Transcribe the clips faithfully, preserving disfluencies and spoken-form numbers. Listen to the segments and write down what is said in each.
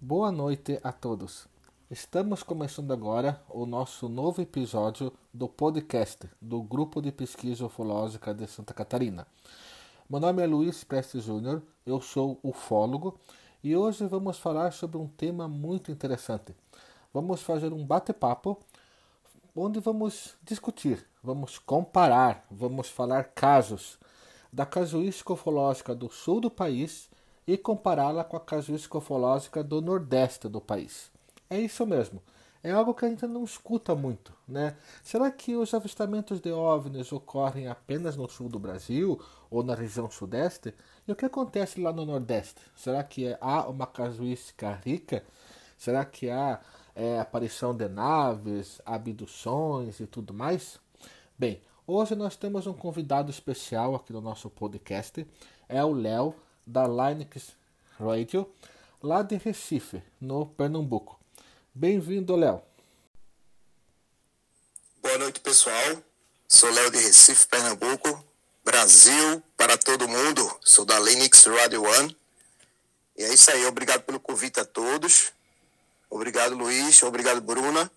Boa noite a todos. Estamos começando agora o nosso novo episódio do podcast do Grupo de Pesquisa Ufológica de Santa Catarina. Meu nome é Luiz Prestes Júnior, eu sou ufólogo e hoje vamos falar sobre um tema muito interessante. Vamos fazer um bate-papo onde vamos discutir, vamos comparar, vamos falar casos da casuística ufológica do sul do país e compará-la com a casuística ufológica do nordeste do país. É isso mesmo. É algo que a gente não escuta muito, né? Será que os avistamentos de OVNIs ocorrem apenas no sul do Brasil ou na região sudeste? E o que acontece lá no nordeste? Será que há uma casuística rica? Será que há é, aparição de naves, abduções e tudo mais? Bem, hoje nós temos um convidado especial aqui no nosso podcast. É o Léo, da Linux Radio, lá de Recife, no Pernambuco. Bem-vindo, Léo. Boa noite, pessoal. Sou Léo de Recife, Pernambuco, Brasil, para todo mundo. Sou da Linux Radio One. E é isso aí. Obrigado pelo convite a todos. Obrigado, Luiz. Obrigado, Bruna.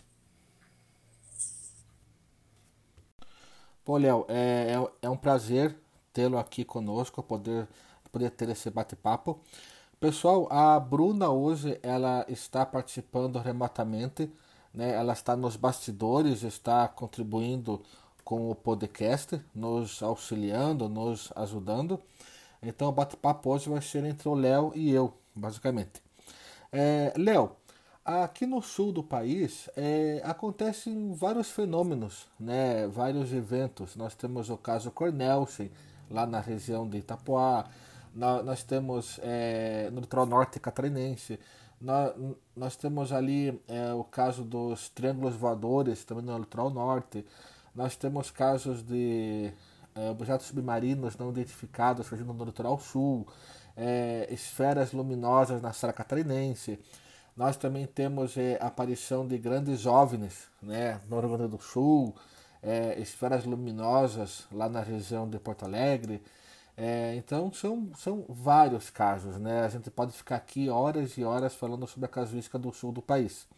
Pô, Léo, é, é, é um prazer tê-lo aqui conosco, poder, poder ter esse bate-papo. Pessoal, a Bruna hoje ela está participando remotamente, né? Ela está nos bastidores, está contribuindo com o podcast, nos auxiliando, nos ajudando. Então o bate-papo hoje vai ser entre o Léo e eu, basicamente. É, Léo, aqui no sul do país é, acontecem vários fenômenos, né? Vários eventos. Nós temos o caso Cornelsen, lá na região de Itapoá. Nós temos é, no litoral norte catarinense, nós, nós temos ali é, o caso dos triângulos voadores, também no litoral norte, nós temos casos de é, objetos submarinos não identificados surgindo no litoral sul, é, esferas luminosas na Serra Catarinense, nós também temos é, a aparição de grandes OVNIs, né, no Rio Grande do Sul, é, esferas luminosas lá na região de Porto Alegre. É, então são, são vários casos, né? A gente pode ficar aqui horas e horas falando sobre a casuística do sul do país.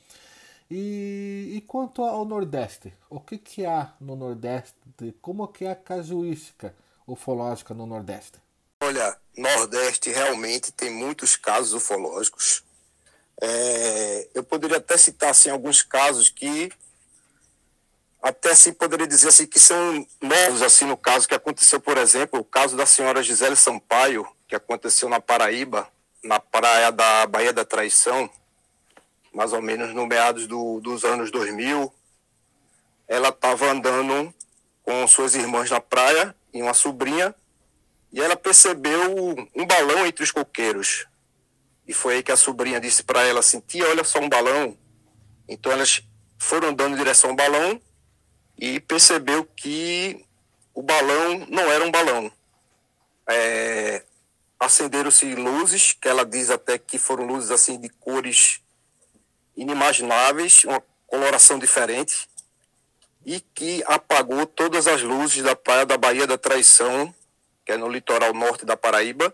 E, e quanto ao Nordeste, o que, que há no Nordeste? Como que é a casuística ufológica no Nordeste? Olha, Nordeste realmente tem muitos casos ufológicos. É, eu poderia até citar assim, alguns casos que até assim poderia dizer assim que são novos, assim, no caso que aconteceu, por exemplo, o caso da senhora Gisele Sampaio, que aconteceu na Paraíba, na praia da Baía da Traição, mais ou menos no meados do, dos anos dois mil. Ela estava andando com suas irmãs na praia e uma sobrinha, e ela percebeu um balão entre os coqueiros. E foi aí que a sobrinha disse para ela assim: tia, olha só um balão. Então elas foram andando em direção ao balão, e percebeu que o balão não era um balão. É, acenderam-se luzes, que ela diz até que foram luzes assim de cores inimagináveis, uma coloração diferente, e que apagou todas as luzes da praia da Baía da Traição, que é no litoral norte da Paraíba.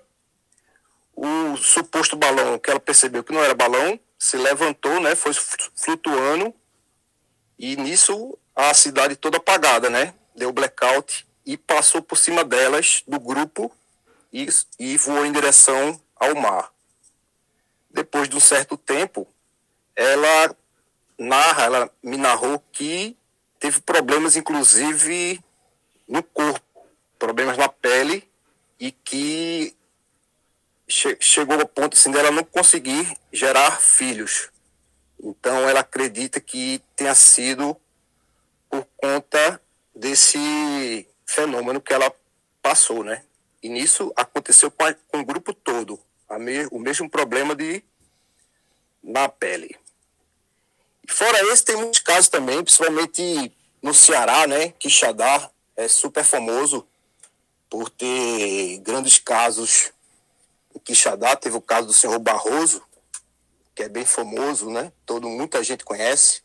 O suposto balão, que ela percebeu que não era balão, se levantou, né, foi flutuando, e nisso a cidade toda apagada, né? Deu blackout e passou por cima delas, do grupo, e, e voou em direção ao mar. Depois de um certo tempo, ela narra, ela me narrou que teve problemas, inclusive, no corpo, problemas na pele, e que che- chegou ao ponto assim, dela não conseguir gerar filhos. Então, ela acredita que tenha sido por conta desse fenômeno que ela passou, né? E nisso aconteceu com, a, com o grupo todo, a me, o mesmo problema de na pele. E fora esse, tem muitos casos também, principalmente no Ceará, né? Quixadá é super famoso por ter grandes casos. Em Quixadá teve o caso do senhor Barroso, que é bem famoso, né? Todo, muita gente conhece.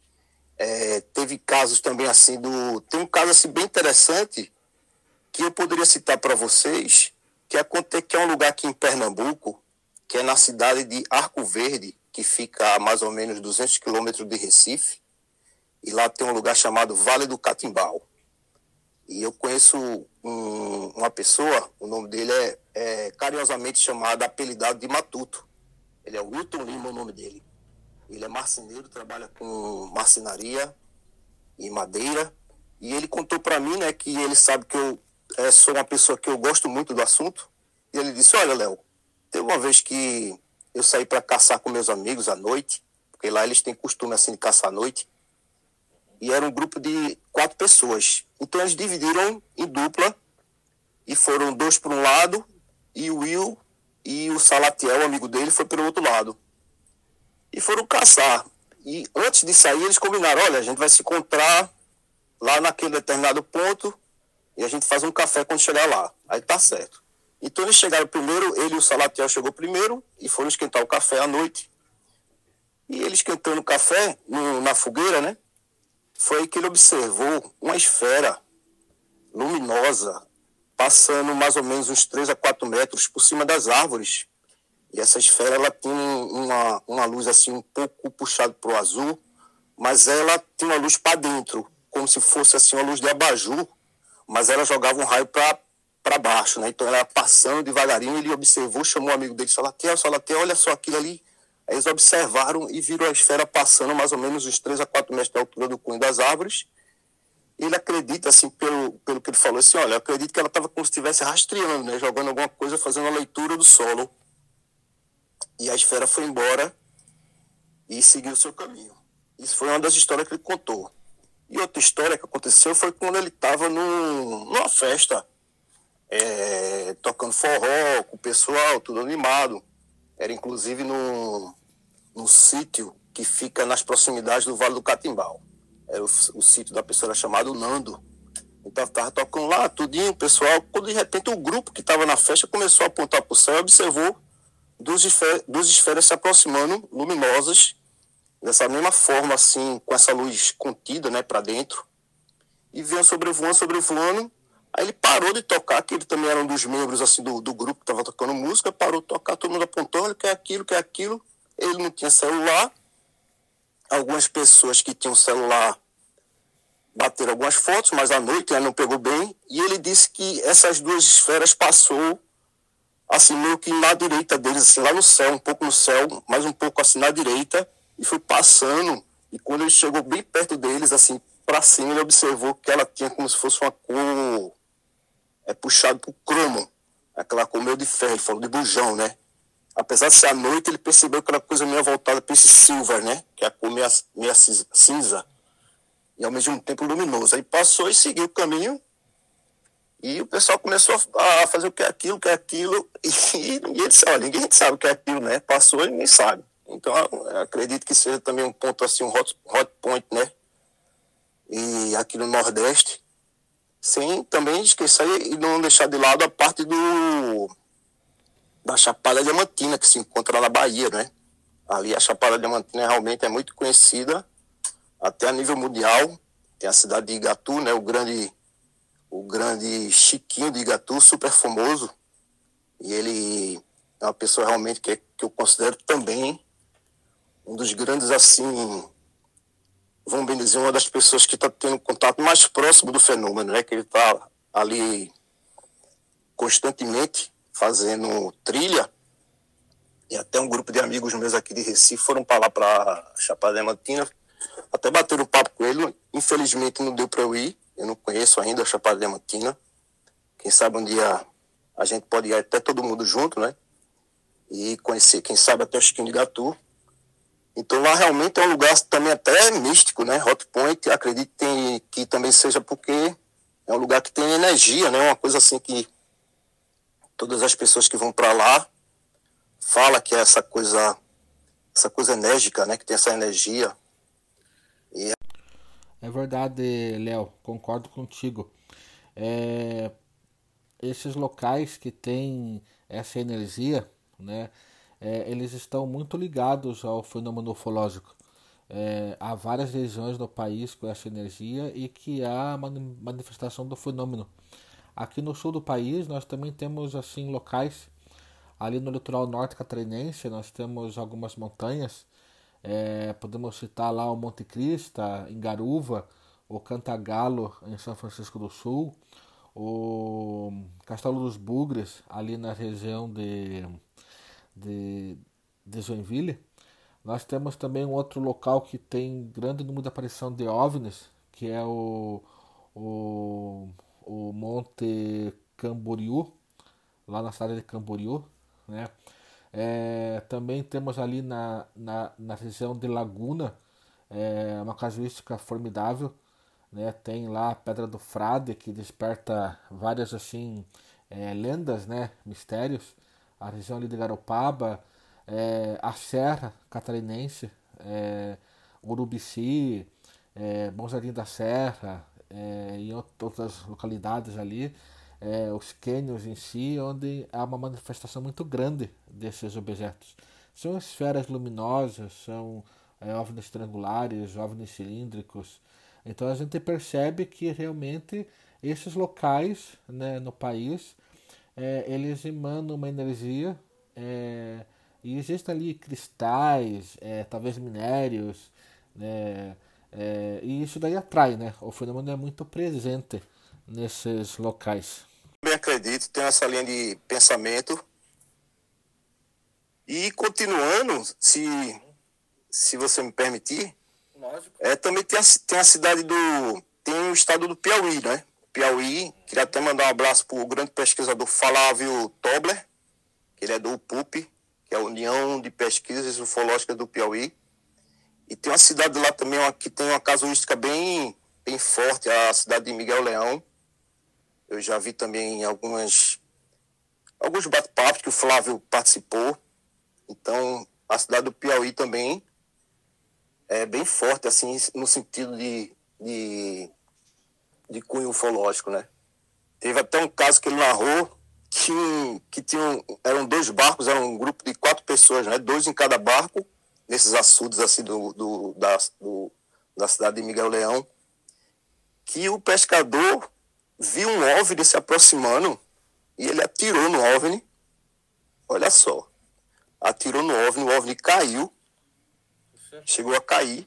É, teve casos também assim do... Tem um caso assim bem interessante que eu poderia citar para vocês, que, é, que é um lugar aqui em Pernambuco, que é na cidade de Arco Verde, que fica a mais ou menos duzentos quilômetros de Recife, e lá tem um lugar chamado Vale do Catimbau. E eu conheço um, uma pessoa, o nome dele é, é carinhosamente chamado, apelidado de Matuto. Ele é o Wilton Lima, o nome dele. Ele é marceneiro, trabalha com marcenaria e madeira. E ele contou para mim, né, que ele sabe que eu é, sou uma pessoa que eu gosto muito do assunto. E ele disse, olha, Léo, teve uma vez que eu saí para caçar com meus amigos à noite, porque lá eles têm costume assim de caçar à noite. E era um grupo de quatro pessoas. Então eles dividiram em dupla e foram dois para um lado e o Will e o Salatiel, amigo dele, foi para o outro lado. E foram caçar. E antes de sair eles combinaram, olha, a gente vai se encontrar lá naquele determinado ponto e a gente faz um café quando chegar lá. Aí tá certo. Então eles chegaram primeiro, ele e o Salatiel chegou primeiro e foram esquentar o café à noite. E ele esquentando o café no, na fogueira, né? Foi aí que ele observou uma esfera luminosa passando mais ou menos uns três a quatro metros por cima das árvores. E essa esfera ela tinha uma, uma luz assim um pouco puxada para o azul, mas ela tinha uma luz para dentro, como se fosse assim uma luz de abajur, mas ela jogava um raio para baixo, né? Então ela passando devagarinho, ele observou, chamou o amigo dele, Salatiel, Salatiel, olha só aquilo ali. Aí eles observaram e viram a esfera passando mais ou menos uns três a quatro metros da altura do cunho das árvores. Ele acredita, assim, pelo, pelo que ele falou, assim, olha, eu acredito que ela estava como se estivesse rastreando, né? Jogando alguma coisa, fazendo uma leitura do solo. E a esfera foi embora e seguiu o seu caminho. Isso foi uma das histórias que ele contou. E outra história que aconteceu foi quando ele estava num, numa festa, é, tocando forró, com o pessoal, tudo animado. Era inclusive num, num sítio que fica nas proximidades do Vale do Catimbau. Era o, o sítio da pessoa chamado Nando. Então estava tocando lá, tudinho, o pessoal. Quando de repente o grupo que estava na festa começou a apontar para o céu e observou duas esferas, duas esferas se aproximando, luminosas, dessa mesma forma, assim, com essa luz contida, né, para dentro. E vinham sobrevoando, sobrevoando. Aí ele parou de tocar, que ele também era um dos membros assim, do, do grupo que estava tocando música, parou de tocar, todo mundo apontando, que é aquilo, que é aquilo. Ele não tinha celular. Algumas pessoas que tinham celular bateram algumas fotos, mas à noite ele não pegou bem. E ele disse que essas duas esferas passou assim, meio que na direita deles, assim, lá no céu, um pouco no céu, mas um pouco assim na direita, e foi passando. E quando ele chegou bem perto deles, assim, para cima, ele observou que ela tinha como se fosse uma cor é puxado pro cromo, aquela cor meio de ferro, ele falou de bujão, né? Apesar de ser à noite, ele percebeu aquela coisa meio voltada para esse silver, né? Que é a cor meio, meio cinza e ao mesmo tempo luminoso. Aí passou e seguiu o caminho e o pessoal começou a fazer o que é aquilo, o que é aquilo, e ninguém disse, olha, ninguém sabe o que é aquilo, né? Passou e ninguém sabe. Então, eu acredito que seja também um ponto assim, um hot, hot point, né? E aqui no Nordeste, sem também esquecer e não deixar de lado a parte do da Chapada Diamantina, que se encontra na Bahia, né? Ali a Chapada Diamantina realmente é muito conhecida, até a nível mundial. Tem a cidade de Igatu, né? O grande, o grande Chiquinho de Igatu, super famoso. E ele é uma pessoa realmente que, que eu considero também um dos grandes, assim, vamos bem dizer, uma das pessoas que está tendo contato mais próximo do fenômeno, né? Que ele está ali constantemente fazendo trilha, e até um grupo de amigos meus aqui de Recife foram para lá, para Chapada Diamantina, até bateram um papo com ele. Infelizmente não deu para eu ir, eu não conheço ainda a Chapada Diamantina. Quem sabe um dia a gente pode ir até todo mundo junto, né? E conhecer, quem sabe, até o Chiquinho de Igatu. Então lá realmente é um lugar também até místico, né? Hot Point, acredito que, tem, que também seja porque é um lugar que tem energia, né? Uma coisa assim que todas as pessoas que vão para lá falam que é essa coisa, essa coisa enérgica, né? Que tem essa energia. E... É verdade, Léo, concordo contigo. É, esses locais que têm essa energia, né? É, eles estão muito ligados ao fenômeno ufológico. É, há várias regiões no país com essa energia e que há manifestação do fenômeno. Aqui no sul do país nós também temos assim locais Ali no litoral norte catarinense nós temos algumas montanhas. É, podemos citar lá o Monte Crista, em Garuva, o Cantagalo, em São Francisco do Sul, o Castelo dos Bugres, ali na região de, de, de Joinville. Nós temos também um outro local que tem grande número de aparição de OVNIs, que é o, o, o Monte Camboriú, lá na cidade de Camboriú, né? É, também temos ali na, na, na região de Laguna é, uma casuística formidável, né? Tem lá a Pedra do Frade, que desperta várias assim é, lendas, né? Mistérios. A região ali de Garopaba, é, a Serra Catarinense, é, Urubici, é, Bom Jardim da Serra é, e outras localidades ali, é, os cânions em si, onde há uma manifestação muito grande desses objetos. São esferas luminosas, são é, OVNIs triangulares, OVNIs cilíndricos. Então a gente percebe que realmente esses locais, né, no país, é, eles emanam uma energia é, e existem ali cristais, é, talvez minérios, né, é, e isso daí atrai, né? O fenômeno é muito presente nesses locais. Bem acredito, tenho essa linha de pensamento. E continuando, se, se você me permitir, é, também tem a, tem a cidade do... tem o estado do Piauí, né? Piauí, queria até mandar um abraço para o grande pesquisador Flávio Tobler, que ele é do U P U P, que é a União de Pesquisas Ufológicas do Piauí. E tem uma cidade lá também uma, que tem uma casuística bem, bem forte, a cidade de Miguel Leão. Eu já vi também algumas, alguns bate-papos que o Flávio participou. Então, a cidade do Piauí também é bem forte, assim, no sentido de, de, de cunho ufológico, né? Teve até um caso que ele narrou que, que tinham, eram dois barcos, era um grupo de quatro pessoas, né? Dois em cada barco, nesses açudes assim, do, do, da, do, da cidade de Miguel Leão, que o pescador viu um OVNI se aproximando e ele atirou no OVNI. Olha só. Atirou no OVNI, o OVNI caiu. Chegou a cair.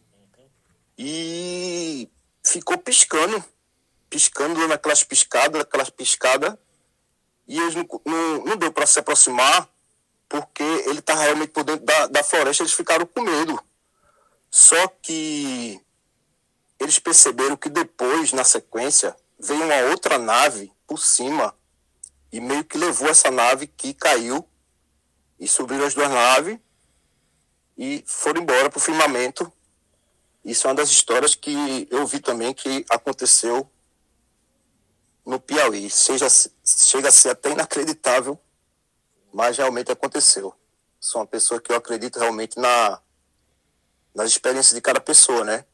E ficou piscando. Piscando, dando aquelas piscadas, aquelas piscadas. E eles não, não, não deu para se aproximar, porque ele estava realmente por dentro da, da floresta, eles ficaram com medo. Só que eles perceberam que depois, na sequência, veio uma outra nave por cima e meio que levou essa nave que caiu e subiram as duas naves e foram embora para o firmamento. Isso é uma das histórias que eu vi também que aconteceu no Piauí. Seja, chega a ser até inacreditável, mas realmente aconteceu. Sou uma pessoa que eu acredito realmente na, nas experiências de cada pessoa, né?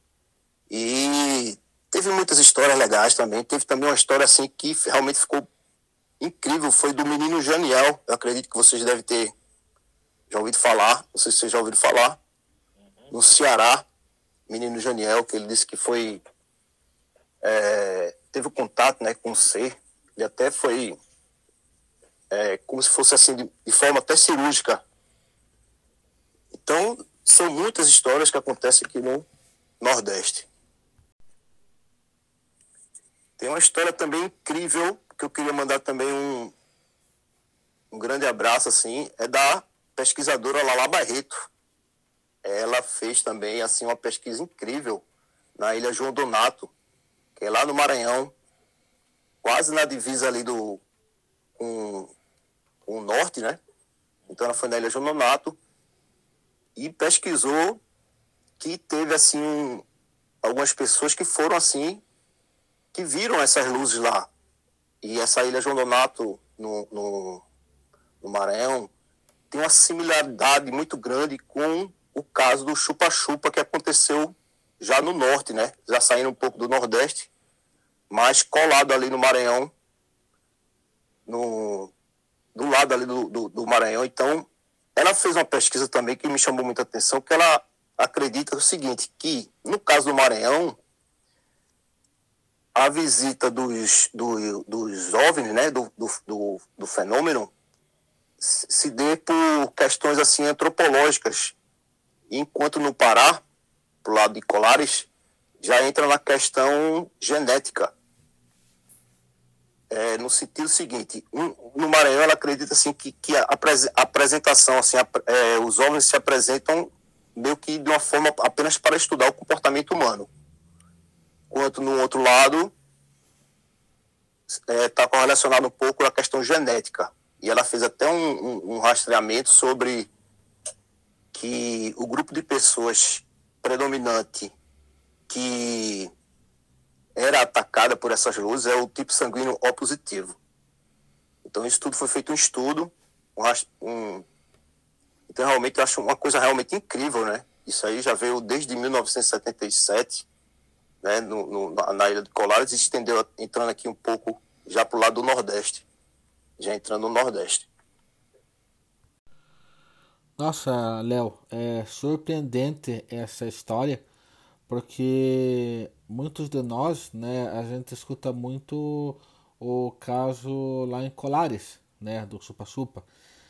E teve muitas histórias legais também. Teve também uma história assim que realmente ficou incrível. Foi do menino Janiel. Eu acredito que vocês devem ter já ouvido falar. Não sei se vocês já ouviram falar. No Ceará, menino Janiel, que ele disse que foi... É, teve o contato, né, com o ser. Ele até foi... É, como se fosse assim, de, de forma até cirúrgica. Então, são muitas histórias que acontecem aqui no Nordeste. Tem uma história também incrível, que eu queria mandar também um, um grande abraço, assim, é da pesquisadora Lala Barreto. Ela fez também, assim, uma pesquisa incrível na Ilha João Donato, que é lá no Maranhão, quase na divisa ali do, com, com o norte, né? Então ela foi na Ilha João Donato e pesquisou que teve, assim, algumas pessoas que foram, assim, que viram essas luzes lá. E essa Ilha João Donato, no, no, no Maranhão, tem uma similaridade muito grande com o caso do chupa-chupa que aconteceu já no norte, né? Já saindo um pouco do Nordeste, mas colado ali no Maranhão, no, do lado ali do, do, do Maranhão. Então, ela fez uma pesquisa também que me chamou muita atenção, que ela acredita o seguinte, que no caso do Maranhão, a visita dos, do, dos OVNIs, né, do, do, do, do fenômeno, se dê por questões assim antropológicas, enquanto no Pará, pro lado de Colares, já entra na questão genética. É, no sentido seguinte, um, no Maranhão ela acredita assim, que, que a, a apresentação, assim, a, é, os homens se apresentam meio que de uma forma apenas para estudar o comportamento humano. Enquanto no outro lado está é, correlacionado um pouco com a questão genética. E ela fez até um, um, um rastreamento sobre que o grupo de pessoas predominante que era atacada por essas luzes é o tipo sanguíneo O positivo. Então isso tudo foi feito um estudo, um, um, então realmente eu acho uma coisa realmente incrível, né? Isso aí já veio desde mil novecentos e setenta e sete, né, no, no, na ilha de Colares, e se estendeu entrando aqui um pouco já para o lado do Nordeste, já entrando no Nordeste. Nossa, Léo, é surpreendente essa história, porque muitos de nós, né, a gente escuta muito o caso lá em Colares, né, do Supa Supa,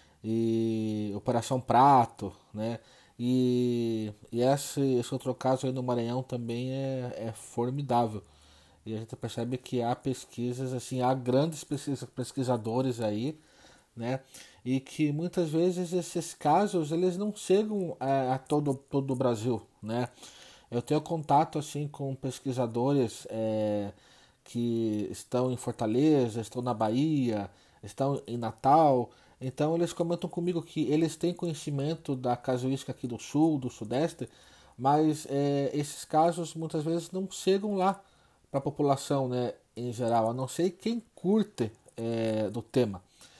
e Operação Prato, né, e, e esse, esse outro caso aí no Maranhão também é, é formidável. E a gente percebe que há pesquisas, assim, há grandes pesquisadores aí, né? E que muitas vezes esses casos eles não chegam a, a todo, todo o Brasil, né? Eu tenho contato assim com pesquisadores é, que estão em Fortaleza, estão na Bahia, estão em Natal. Então eles comentam comigo que eles têm conhecimento da casuística aqui do Sul, do Sudeste, mas é, esses casos muitas vezes não chegam lá para a população, né, em geral, a não ser quem curte é, do tema.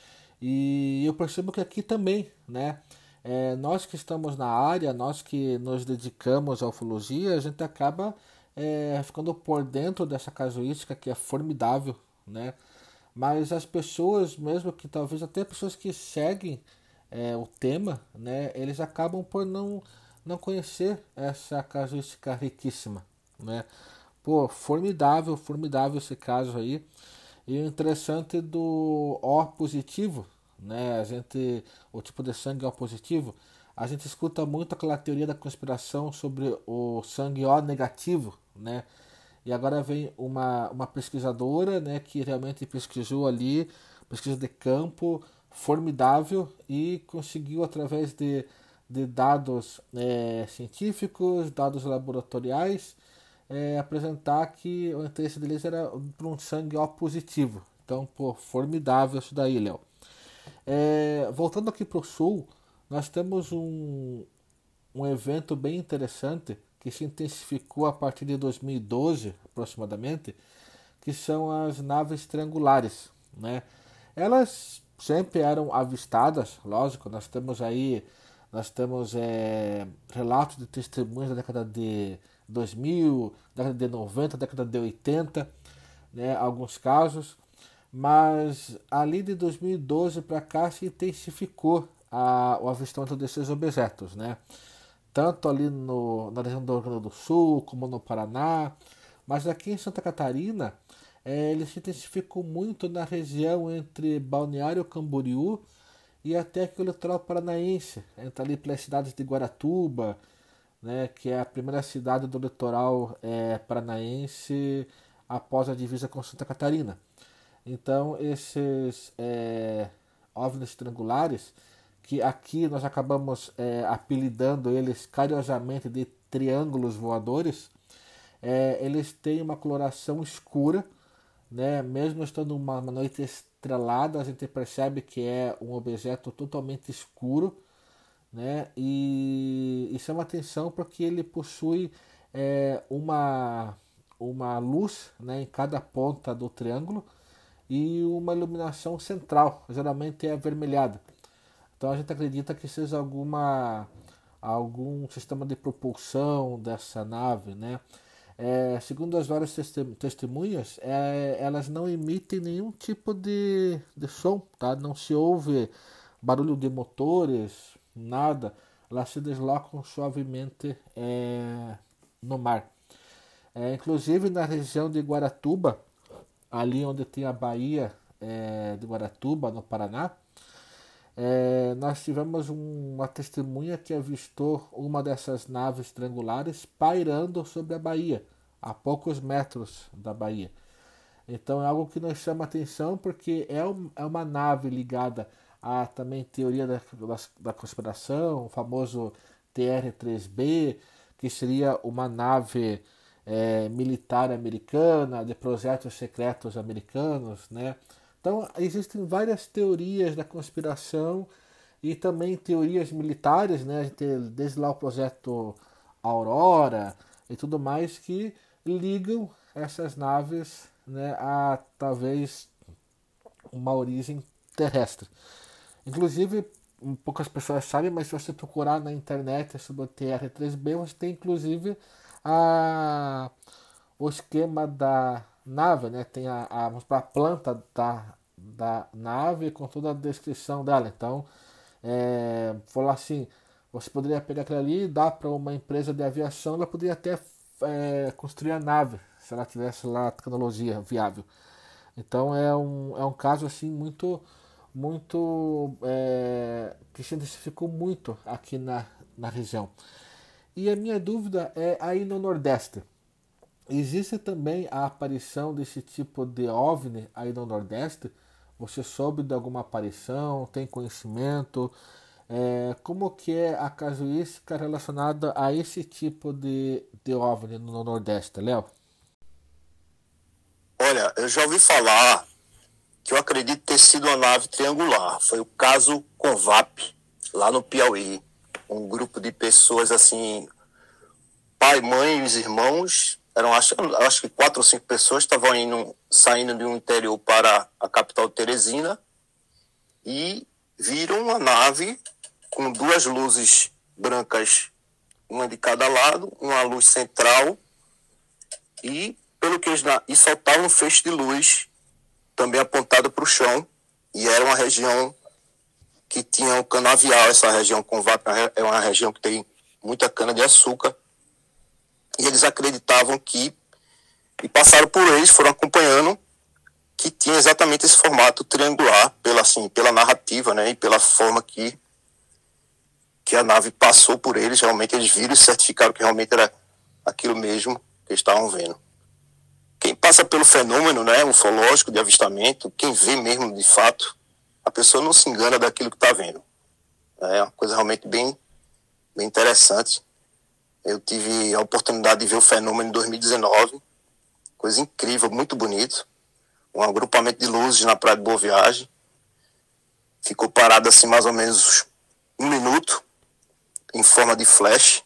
E eu percebo que aqui também, né, é, nós que estamos na área, nós que nos dedicamos à ufologia, a gente acaba é, ficando por dentro dessa casuística que é formidável, né? Mas as pessoas, mesmo que talvez até pessoas que seguem é, o tema, né, eles acabam por não, não conhecer essa casuística riquíssima, né? Pô, formidável, formidável esse caso aí. E o interessante do O positivo, né? A gente, o tipo de sangue O positivo, a gente escuta muito aquela teoria da conspiração sobre o sangue O negativo, né? E agora vem uma, uma pesquisadora, né, que realmente pesquisou ali, pesquisa de campo, formidável, e conseguiu através de, de dados é, científicos, dados laboratoriais, é, apresentar que o interesse deles era para um sangue O positivo. Então, pô, formidável isso daí, Léo. É, voltando aqui para o sul, nós temos um, um evento bem interessante que se intensificou a partir de dois mil e doze, aproximadamente, que são as naves triangulares, né? Elas sempre eram avistadas, lógico, nós temos aí, nós temos é, relatos de testemunhas da década de dois mil, década de noventa, década de oitenta, né, alguns casos, mas ali de dois mil e doze para cá se intensificou a, o avistamento desses objetos, né? Tanto ali no, na região do Rio Grande do Sul, como no Paraná, mas aqui em Santa Catarina, é, ele se intensificou muito na região entre Balneário Camboriú e até aqui o litoral paranaense, entre ali pelas cidades de Guaratuba, né, que é a primeira cidade do litoral é, paranaense após a divisa com Santa Catarina. Então, esses é, OVNIs triangulares, que aqui nós acabamos é, apelidando eles carinhosamente de triângulos voadores, é, eles têm uma coloração escura, né? Mesmo estando uma, uma noite estrelada, a gente percebe que é um objeto totalmente escuro, né? E, e chama atenção porque ele possui é, uma, uma luz, né, em cada ponta do triângulo e uma iluminação central, geralmente é avermelhada. Então a gente acredita que seja alguma algum sistema de propulsão dessa nave, né? É, segundo as várias testemunhas, é, elas não emitem nenhum tipo de, de som, tá? Não se ouve barulho de motores, nada. Elas se deslocam suavemente é, no mar. É, inclusive na região de Guaratuba, ali onde tem a Baía é, de Guaratuba, no Paraná, É, nós tivemos um, uma testemunha que avistou uma dessas naves triangulares pairando sobre a Bahia, a poucos metros da Bahia. Então é algo que nos chama atenção porque é, um, é uma nave ligada à também teoria da, da, da conspiração, o famoso T R três B, que seria uma nave é, militar americana, de projetos secretos americanos, né? Então existem várias teorias da conspiração e também teorias militares, né? A gente tem desde lá o projeto Aurora e tudo mais que ligam essas naves, né, a talvez uma origem terrestre. Inclusive, poucas pessoas sabem, mas se você procurar na internet sobre o T R três B, você tem inclusive a, o esquema da nave, né? Tem a, a, a planta da, da nave com toda a descrição dela. Então, é, falar assim, você poderia pegar aquilo ali e dar para uma empresa de aviação, ela poderia até é, construir a nave, se ela tivesse lá a tecnologia viável. Então é um, é um caso assim muito, muito é, que se intensificou muito aqui na, na região. E a minha dúvida é aí no Nordeste. Existe também a aparição desse tipo de OVNI aí no Nordeste? Você soube de alguma aparição? Tem conhecimento? É, como que é a casuística relacionada a esse tipo de, de OVNI no Nordeste, Léo? Olha, eu já ouvi falar que eu acredito ter sido uma nave triangular. Foi o caso Convap, lá no Piauí. Um grupo de pessoas assim, pai, mãe e os irmãos, eram acho, acho que quatro ou cinco pessoas, estavam indo, saindo de um interior para a capital Teresina e viram uma nave com duas luzes brancas, uma de cada lado, uma luz central e, pelo que eles e soltavam um feixe de luz também apontado para o chão, e era uma região que tinha o canavial. Essa região com vaca é uma região que tem muita cana de açúcar, e eles acreditavam que, e passaram por eles, foram acompanhando, que tinha exatamente esse formato triangular, pela, assim, pela narrativa, né, e pela forma que, que a nave passou por eles. Realmente eles viram e certificaram que realmente era aquilo mesmo que eles estavam vendo. Quem passa pelo fenômeno, né, ufológico de avistamento, quem vê mesmo de fato, a pessoa não se engana daquilo que está vendo. É uma coisa realmente bem, bem interessante. Eu tive a oportunidade de ver o fenômeno em dois mil e dezenove, coisa incrível, muito bonito. Um agrupamento de luzes na Praia de Boa Viagem. Ficou parado assim mais ou menos um minuto, em forma de flash.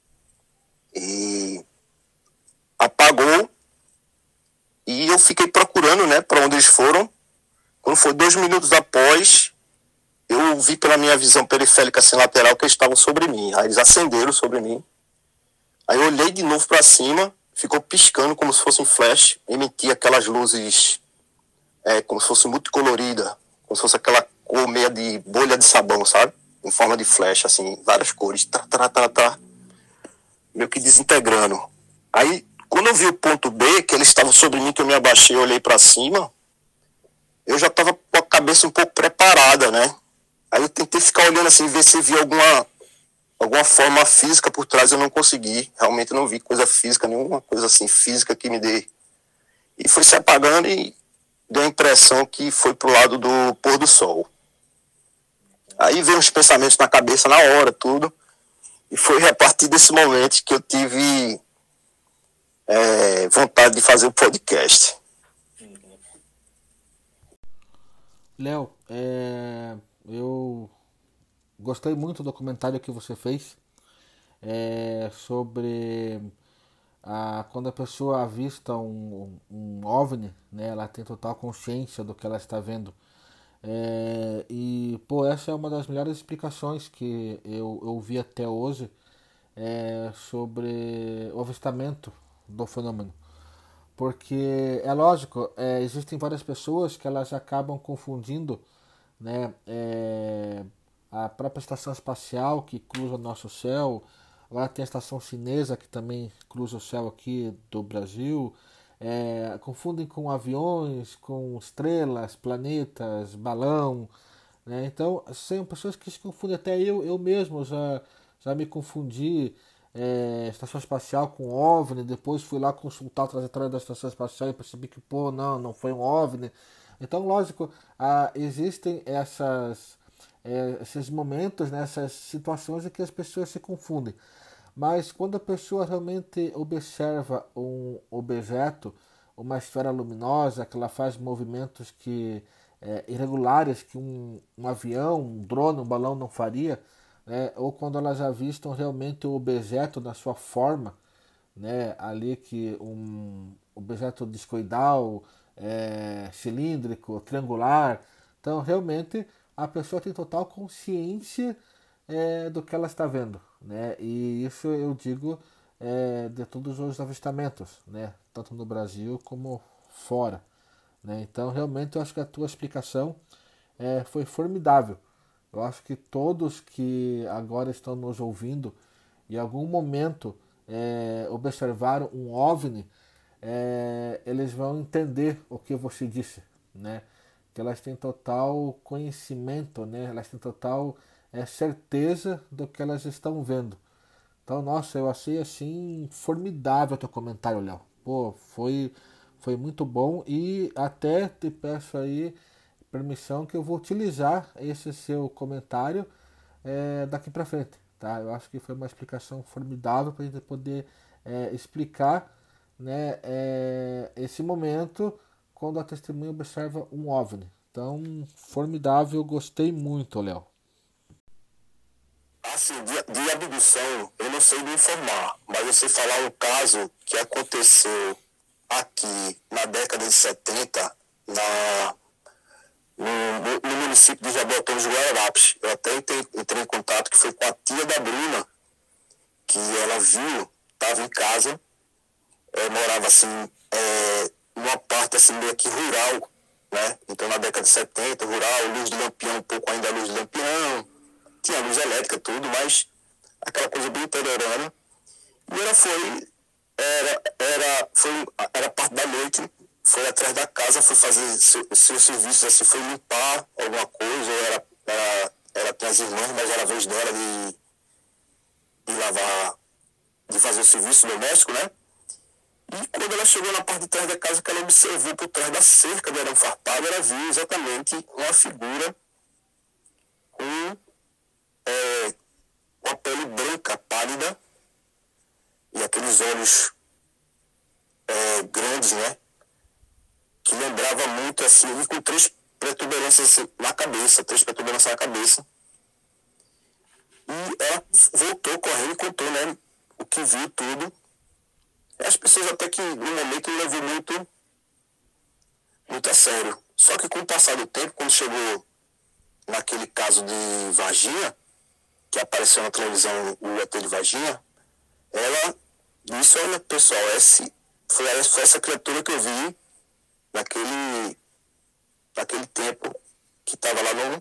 E apagou. E eu fiquei procurando, né, para onde eles foram. Quando foi dois minutos após, eu vi pela minha visão periférica, assim, lateral, que eles estavam sobre mim. Aí eles acenderam sobre mim. Aí eu olhei de novo para cima, ficou piscando como se fosse um flash, emitia aquelas luzes, é, como se fosse multicolorida, como se fosse aquela cor meia de bolha de sabão, sabe? Em forma de flash, assim, várias cores, tá, tá, tá, tá, meio que desintegrando. Aí, quando eu vi o ponto B, que eles estavam sobre mim, que eu me abaixei e olhei para cima, eu já estava com a cabeça um pouco preparada, né? Aí eu tentei ficar olhando assim, ver se via alguma, alguma forma física por trás. Eu não consegui, realmente não vi coisa física, nenhuma coisa assim física que me dê. E foi se apagando e deu a impressão que foi pro lado do pôr do sol. Aí veio uns pensamentos na cabeça na hora, tudo. E foi a partir desse momento que eu tive é, vontade de fazer o podcast. Léo, é, eu gostei muito do comentário que você fez é, sobre a, quando a pessoa avista um, um OVNI, né, ela tem total consciência do que ela está vendo. É, e, pô, essa é uma das melhores explicações que eu, eu vi até hoje é, sobre o avistamento do fenômeno. Porque é lógico, é, existem várias pessoas que elas acabam confundindo, né, é, a própria estação espacial que cruza o nosso céu. Agora tem a estação chinesa que também cruza o céu aqui do Brasil. É, confundem com aviões, com estrelas, planetas, balão. né? Então, são pessoas que se confundem, até eu, eu mesmo já, já me confundi é, estação espacial com OVNI, depois fui lá consultar a trajetória da estação espacial e percebi que, pô, não, não foi um OVNI. Então, lógico, ah, existem essas, é, esses momentos, né, essas situações em que as pessoas se confundem. Mas quando a pessoa realmente observa um objeto, uma esfera luminosa, que ela faz movimentos que é, irregulares que um, um avião, um drone, um balão não faria, né? Ou quando elas avistam realmente o objeto na sua forma, né? Ali que um objeto discoidal, é, cilíndrico, triangular. Então, realmente, a pessoa tem total consciência é, do que ela está vendo, né? E isso eu digo é, de todos os avistamentos, né? Tanto no Brasil como fora, né? Então, realmente, eu acho que a tua explicação é, foi formidável. Eu acho que todos que agora estão nos ouvindo, em algum momento é, observaram um OVNI, é, eles vão entender o que você disse, né? Que elas têm total conhecimento, né? Elas têm total é, certeza do que elas estão vendo. Então, nossa, eu achei assim formidável o teu comentário, Léo. Pô, foi, foi muito bom e até te peço aí permissão que eu vou utilizar esse seu comentário é, daqui para frente, tá? Eu acho que foi uma explicação formidável para a gente poder é, explicar, né, é, esse momento quando a testemunha observa um OVNI. Então, formidável, gostei muito, Léo. Assim, de, de abdução, eu não sei me informar, mas eu sei falar um caso que aconteceu aqui na década de setenta, na, no, no município de Jabotão dos Guararapes. Eu até entrei, entrei em contato, que foi com a tia da Bruna, que ela viu, estava em casa, é, morava assim, é, numa parte assim meio que rural, né? Então na década de setenta, rural, luz de lampião, um pouco ainda luz de lampião, tinha luz elétrica, tudo, mas aquela coisa bem interiorana. E ela foi, era, era, foi, era parte da noite, foi atrás da casa, foi fazer seus seu serviços, assim, foi limpar alguma coisa, ou era, era, ela tem as irmãs, mas era a vez dela de, de lavar, de fazer o serviço doméstico, né? E quando ela chegou na parte de trás da casa, que ela observou por trás da cerca do arame farpado, ela viu exatamente uma figura com É, com a pele branca, pálida, e aqueles olhos é, grandes, né? Que lembrava muito assim, e com três protuberâncias assim, na cabeça, três protuberâncias na cabeça. E ela voltou correndo e contou, né? O que viu tudo. E as pessoas até que no momento não levou muito, muito a sério. Só que com o passar do tempo, quando chegou naquele caso de Varginha, que apareceu na televisão, o E T de Varginha, ela disse, olha pessoal, esse, foi, foi essa criatura que eu vi naquele, naquele tempo que estava lá no,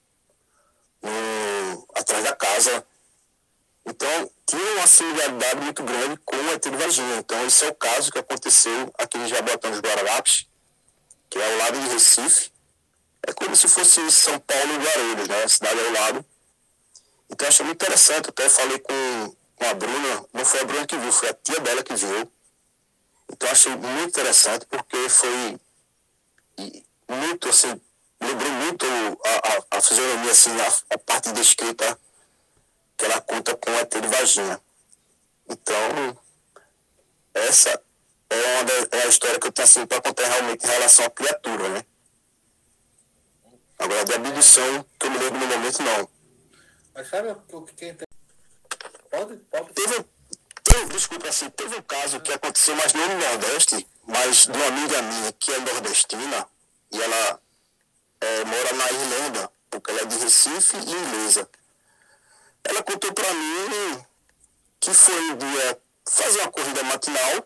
no, atrás da casa. Então, tinha uma similaridade muito grande com o E T de Varginha. Então, esse é o caso que aconteceu aqui em Jabotão dos Guararapes, que é ao lado de Recife. É como se fosse São Paulo e Guarulhos, né? A cidade ao lado. Então, achei muito interessante. Até falei com, com a Bruna, não foi a Bruna que viu, foi a tia dela que viu. Então, achei muito interessante, porque foi muito, assim, lembrou muito a, a, a fisionomia, assim, a, a parte descrita que ela conta com o E T de Varginha. Então, essa é, uma da, é a história que eu tenho, assim, para contar realmente em relação à criatura, né? Agora, de abdução, que eu me lembro no momento, não. Mas sabe o que é Pode, pode. Teve, teve, desculpa, assim, teve um caso que aconteceu, mas não no Nordeste, mas de uma amiga minha que é nordestina, e ela é, mora na Irlanda, porque ela é de Recife e inglesa. Ela contou para mim que foi um dia fazer uma corrida matinal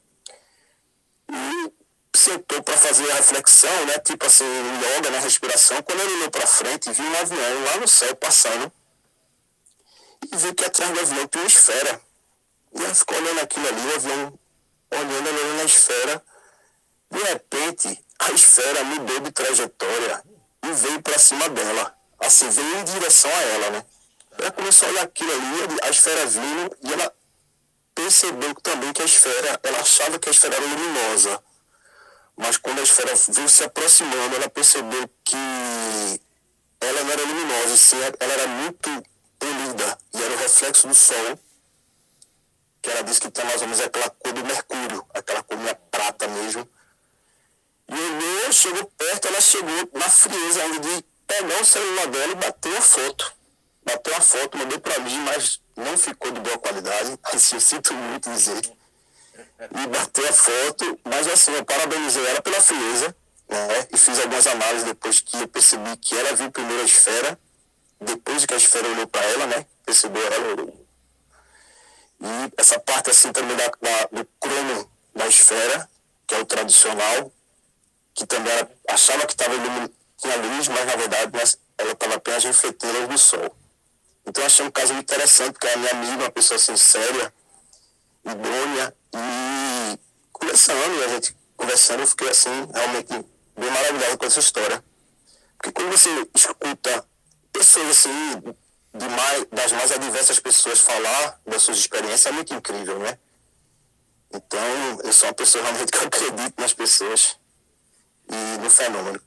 e sentou para fazer a reflexão, né, tipo assim, yoga, né, respiração. Quando ele olhou para frente, viu um avião lá no céu passando, e viu que atrás do avião tinha uma esfera. E ela ficou olhando aquilo ali, o avião olhando, olhando na esfera. De repente, a esfera mudou de trajetória e veio para cima dela. assim, veio em direção a ela, né? Ela começou a olhar aquilo ali, a esfera vindo, e ela percebeu também que a esfera, ela achava que a esfera era luminosa, mas quando a esfera veio se aproximando, ela percebeu que ela não era luminosa, sim, ela era muito polida, e era o reflexo do sol, que ela disse que tem mais ou menos aquela cor do mercúrio, aquela cor meio prata mesmo. E olhou, chegou perto, ela chegou na frieza ainda de pegar o celular dela e bater a foto. Bateu a foto, mandou para mim, mas não ficou de boa qualidade, assim, eu sinto muito dizer. E bateu a foto, mas assim, eu parabenizei ela pela frieza, né? E fiz algumas análises depois que eu percebi que ela viu primeiro a esfera, depois que a esfera olhou para ela, né? Percebeu, ela olhou. E essa parte assim também da, da, do cromo da esfera, que é o tradicional, que também ela achava que estava tinha luz, mas na verdade ela estava apenas refletindo a luz do sol. Então eu achei um caso muito interessante, porque a minha amiga, uma pessoa assim séria, idônea, e conversando, e a gente conversando, eu fiquei assim, realmente bem maravilhado com essa história. Porque quando você escuta pessoas assim, de mais, das mais adversas pessoas falar das suas experiências, é muito incrível, né? Então, eu sou uma pessoa realmente que acredito nas pessoas e no fenômeno.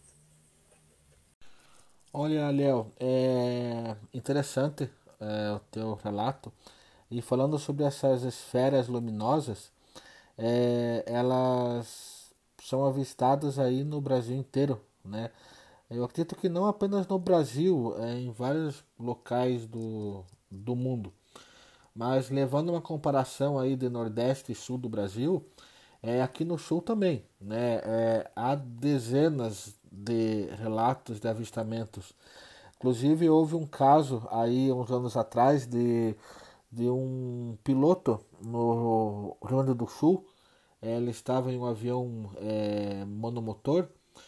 Olha, Léo, é interessante é, o teu relato. E falando sobre essas esferas luminosas, é, elas são avistadas aí no Brasil inteiro, né? Eu acredito que não apenas no Brasil, é, em vários locais do, do mundo. Mas levando uma comparação aí de Nordeste e Sul do Brasil, é, aqui no Sul também, né? É, há dezenas de relatos de avistamentos. Inclusive houve um caso aí uns anos atrás de, de um piloto no Rio Grande do Sul. É, ele estava em um avião é, monomotor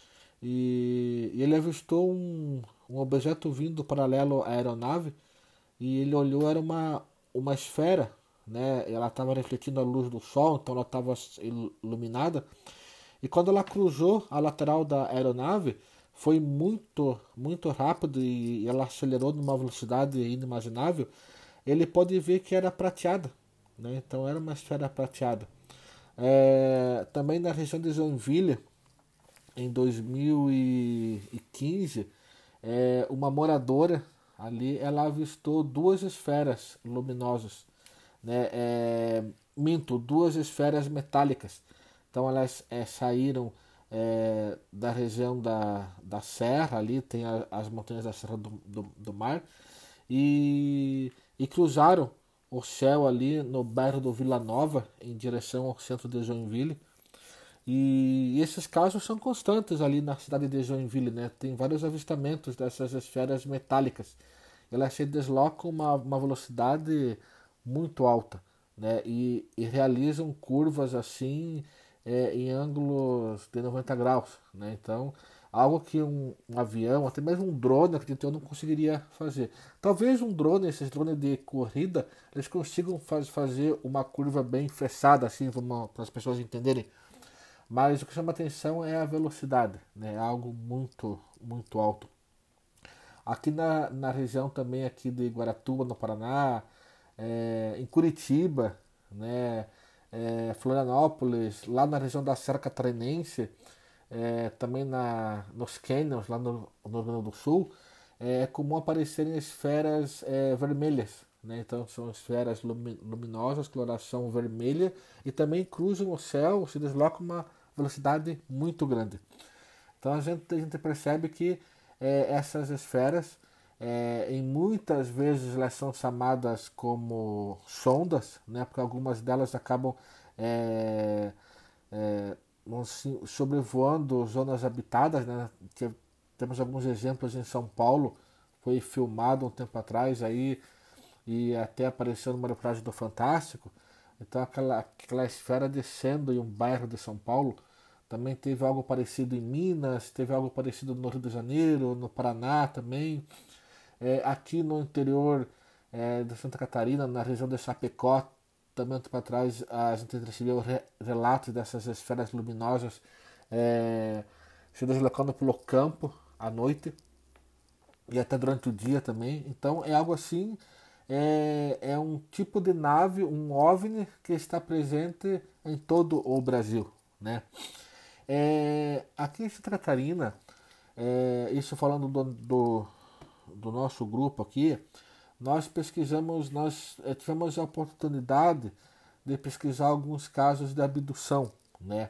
e, e ele avistou um, um objeto vindo paralelo à aeronave e ele olhou, era uma, uma esfera, né? Ela estava refletindo a luz do sol, então ela estava iluminada. E quando ela cruzou a lateral da aeronave, foi muito, muito rápido e ela acelerou numa velocidade inimaginável. Ele pode ver que era prateada, né? Então era uma esfera prateada. É, também na região de Joinville, em dois mil e quinze, é, uma moradora ali ela avistou duas esferas luminosas, né? É, minto, duas esferas metálicas. Então elas é, saíram é, da região da, da Serra, ali tem a, as montanhas da Serra do, do, do Mar, e, e cruzaram o céu ali no bairro do Vila Nova, em direção ao centro de Joinville. E esses casos são constantes ali na cidade de Joinville, né? Tem vários avistamentos dessas esferas metálicas. Elas se deslocam uma, uma velocidade muito alta, né? E, e realizam curvas assim é, em ângulos de noventa graus, né? Então, algo que um, um avião, até mesmo um drone, acredito eu, não conseguiria fazer. Talvez um drone, esses drones de corrida, eles consigam faz, fazer uma curva bem fechada, assim, para as pessoas entenderem. Mas o que chama atenção é a velocidade, né? É algo muito, muito alto. Aqui na, na região também aqui de Guaratuba, no Paraná, é, em Curitiba, né? É, Florianópolis, lá na região da Serra Catarinense, é, também na, nos canyons, lá no, no Rio Grande do Sul, é comum aparecerem esferas é, vermelhas. Né? Então são esferas lumi, luminosas, coloração vermelha, e também cruzam o céu, se deslocam uma velocidade muito grande. Então a gente, a gente percebe que é, essas esferas, é, em muitas vezes elas são chamadas como sondas, né? Porque algumas delas acabam é, é, assim, sobrevoando zonas habitadas, né? Temos alguns exemplos em São Paulo, foi filmado um tempo atrás aí e até apareceu numa reportagem do Fantástico. Então aquela, aquela esfera descendo em um bairro de São Paulo. Também teve algo parecido em Minas, teve algo parecido no Rio de Janeiro, no Paraná também. É, aqui no interior é, de Santa Catarina, na região de Chapecó, também um tempo atrás a gente recebeu re relatos dessas esferas luminosas é, se deslocando pelo campo à noite. e até durante o dia também. Então é algo assim, é, é um tipo de nave, um OVNI que está presente em todo o Brasil, né? É, aqui em Santa Catarina, é, isso falando do, do, do nosso grupo aqui, nós pesquisamos, nós é, tivemos a oportunidade de pesquisar alguns casos de abdução, né?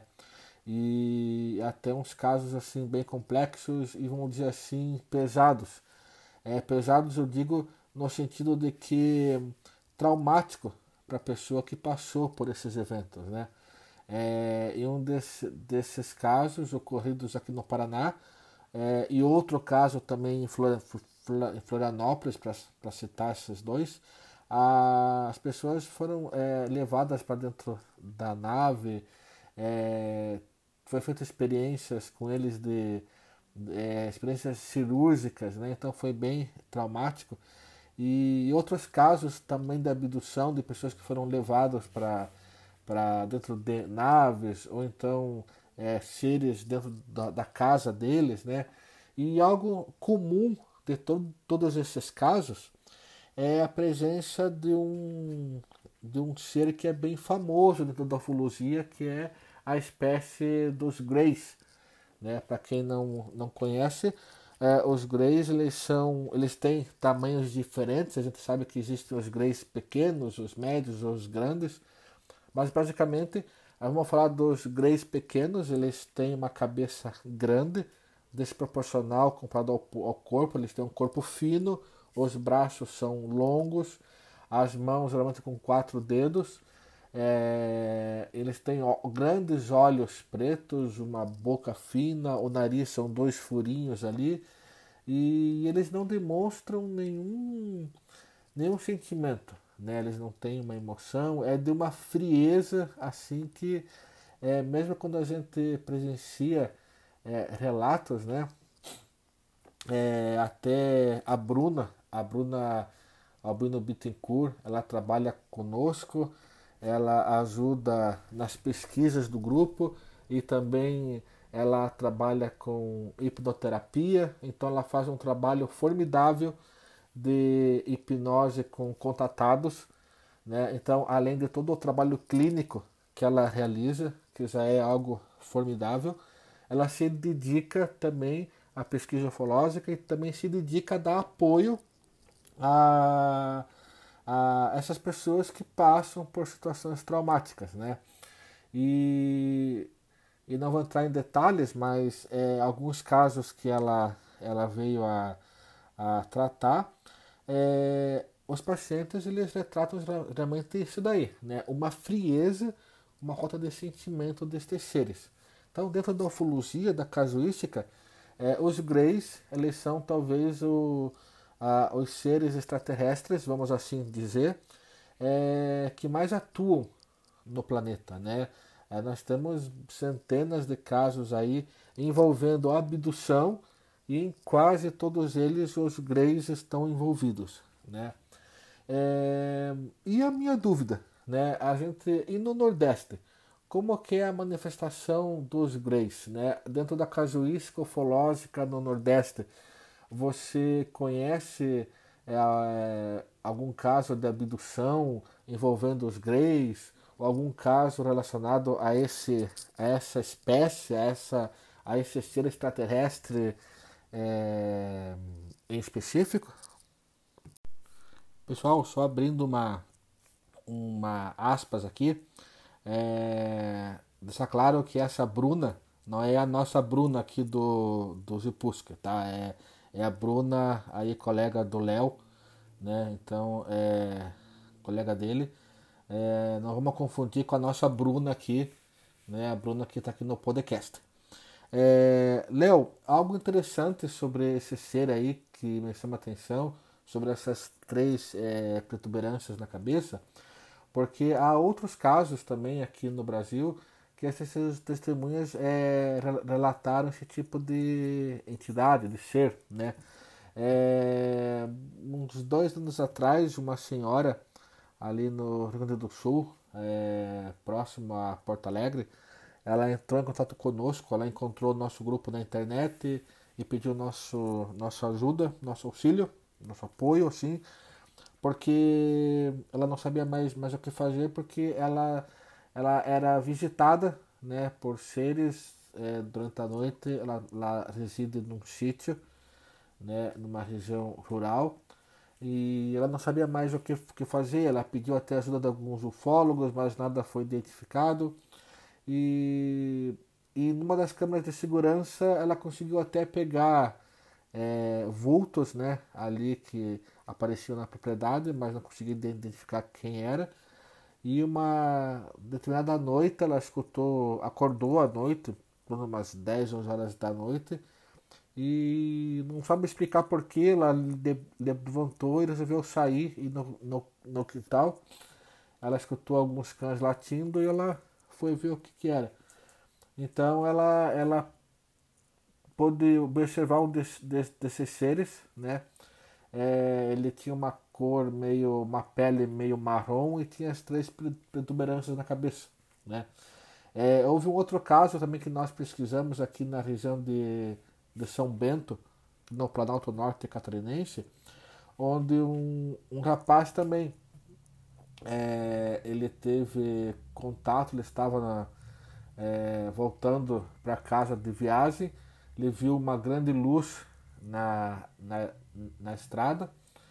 E até uns casos assim bem complexos e vamos dizer assim pesados. É, pesados eu digo no sentido de que traumático para a pessoa que passou por esses eventos, né? É, e um desse, desses casos ocorridos aqui no Paraná, é, e outro caso também em, Flor, em Florianópolis, para citar esses dois, a, as pessoas foram é, levadas para dentro da nave, é, foi feita experiências com eles de é, experiências cirúrgicas, né? Então foi bem traumático. E outros casos também de abdução de pessoas que foram levadas para para dentro de naves ou então é, seres dentro da, da casa deles, né? E algo comum de to todos esses casos é a presença de um de um ser que é bem famoso dentro da ufologia, que é a espécie dos Greys, né? Para quem não, não conhece, é, os Greys eles são eles têm tamanhos diferentes. A gente sabe que existem os Greys pequenos, os médios, os grandes, mas basicamente vamos falar dos Greys pequenos. Eles têm uma cabeça grande, desproporcional comparado ao, ao corpo. Eles têm um corpo fino, os braços são longos, as mãos geralmente com quatro dedos. É, eles têm ó, grandes olhos pretos, uma boca fina, o nariz são dois furinhos ali, e eles não demonstram nenhum, nenhum sentimento, né? Eles não têm uma emoção, é de uma frieza assim que, é, mesmo quando a gente presencia é, relatos, né? É, até a Bruna, a Bruna Albino Bittencourt, ela trabalha conosco, ela ajuda nas pesquisas do grupo e também ela trabalha com hipnoterapia, então ela faz um trabalho formidável de hipnose com contatados, né? Então, além de todo o trabalho clínico que ela realiza, que já é algo formidável, ela se dedica também à pesquisa ufológica e também se dedica a dar apoio a, a essas pessoas que passam por situações traumáticas, né? E, e não vou entrar em detalhes, mas é, alguns casos que ela, ela veio a, a tratar, é, os pacientes eles retratam realmente isso daí, né? Uma frieza, uma falta de sentimento destes seres. Então, dentro da ufologia, da casuística, é, os Greys, eles são talvez o, a, os seres extraterrestres, vamos assim dizer, é, que mais atuam no planeta, né? É, nós temos centenas de casos aí envolvendo abdução e em quase todos eles os Greys estão envolvidos, né? É, e a minha dúvida, né? A gente e no Nordeste, como que é a manifestação dos Greys, né? Dentro da casuística ufológica no Nordeste, você conhece é, algum caso de abdução envolvendo os Greys ou algum caso relacionado a esse a essa espécie, a essa a esse ser extraterrestre é, em específico? Pessoal, só abrindo uma uma aspas aqui, é, deixar claro que essa Bruna não é a nossa Bruna aqui do, do Zipusca, tá? É, é a Bruna, aí colega do Léo, né? Então, é colega dele. É, não vamos confundir com a nossa Bruna aqui, né? A Bruna que está aqui no podcast. É, Léo, algo interessante sobre esse ser aí que me chama a atenção, sobre essas três é, protuberâncias na cabeça, porque há outros casos também aqui no Brasil que essas testemunhas é, relataram esse tipo de entidade, de ser, né? É, uns dois anos atrás, uma senhora ali no Rio Grande do Sul, é, próximo a Porto Alegre, ela entrou em contato conosco, ela encontrou o nosso grupo na internet e pediu nosso, nossa ajuda, nosso auxílio, nosso apoio, assim, porque ela não sabia mais, mais o que fazer, porque ela, ela era visitada, né, por seres é, durante a noite. Ela, ela reside num sítio, né, numa região rural, e ela não sabia mais o que, o que fazer. Ela pediu até ajuda de alguns ufólogos, mas nada foi identificado. E, e numa das câmeras de segurança ela conseguiu até pegar é, vultos, né, ali que apareciam na propriedade, mas não conseguia identificar quem era. E uma determinada noite ela escutou, acordou à noite, por umas dez onze horas da noite, e não sabe explicar porquê. Ela levantou e resolveu sair e no, no, no quintal ela escutou alguns cães latindo e ela foi ver o que, que era. Então ela, ela pôde observar um desses, desses seres, né? É, ele tinha uma cor meio, uma pele meio marrom e tinha as três protuberâncias na cabeça, né? É, houve um outro caso também que nós pesquisamos aqui na região de, de São Bento, no Planalto Norte catarinense, onde um, um rapaz também é, ele teve contato. Ele estava na, é, voltando para casa de viagem. Ele viu uma grande luz na, na, na estrada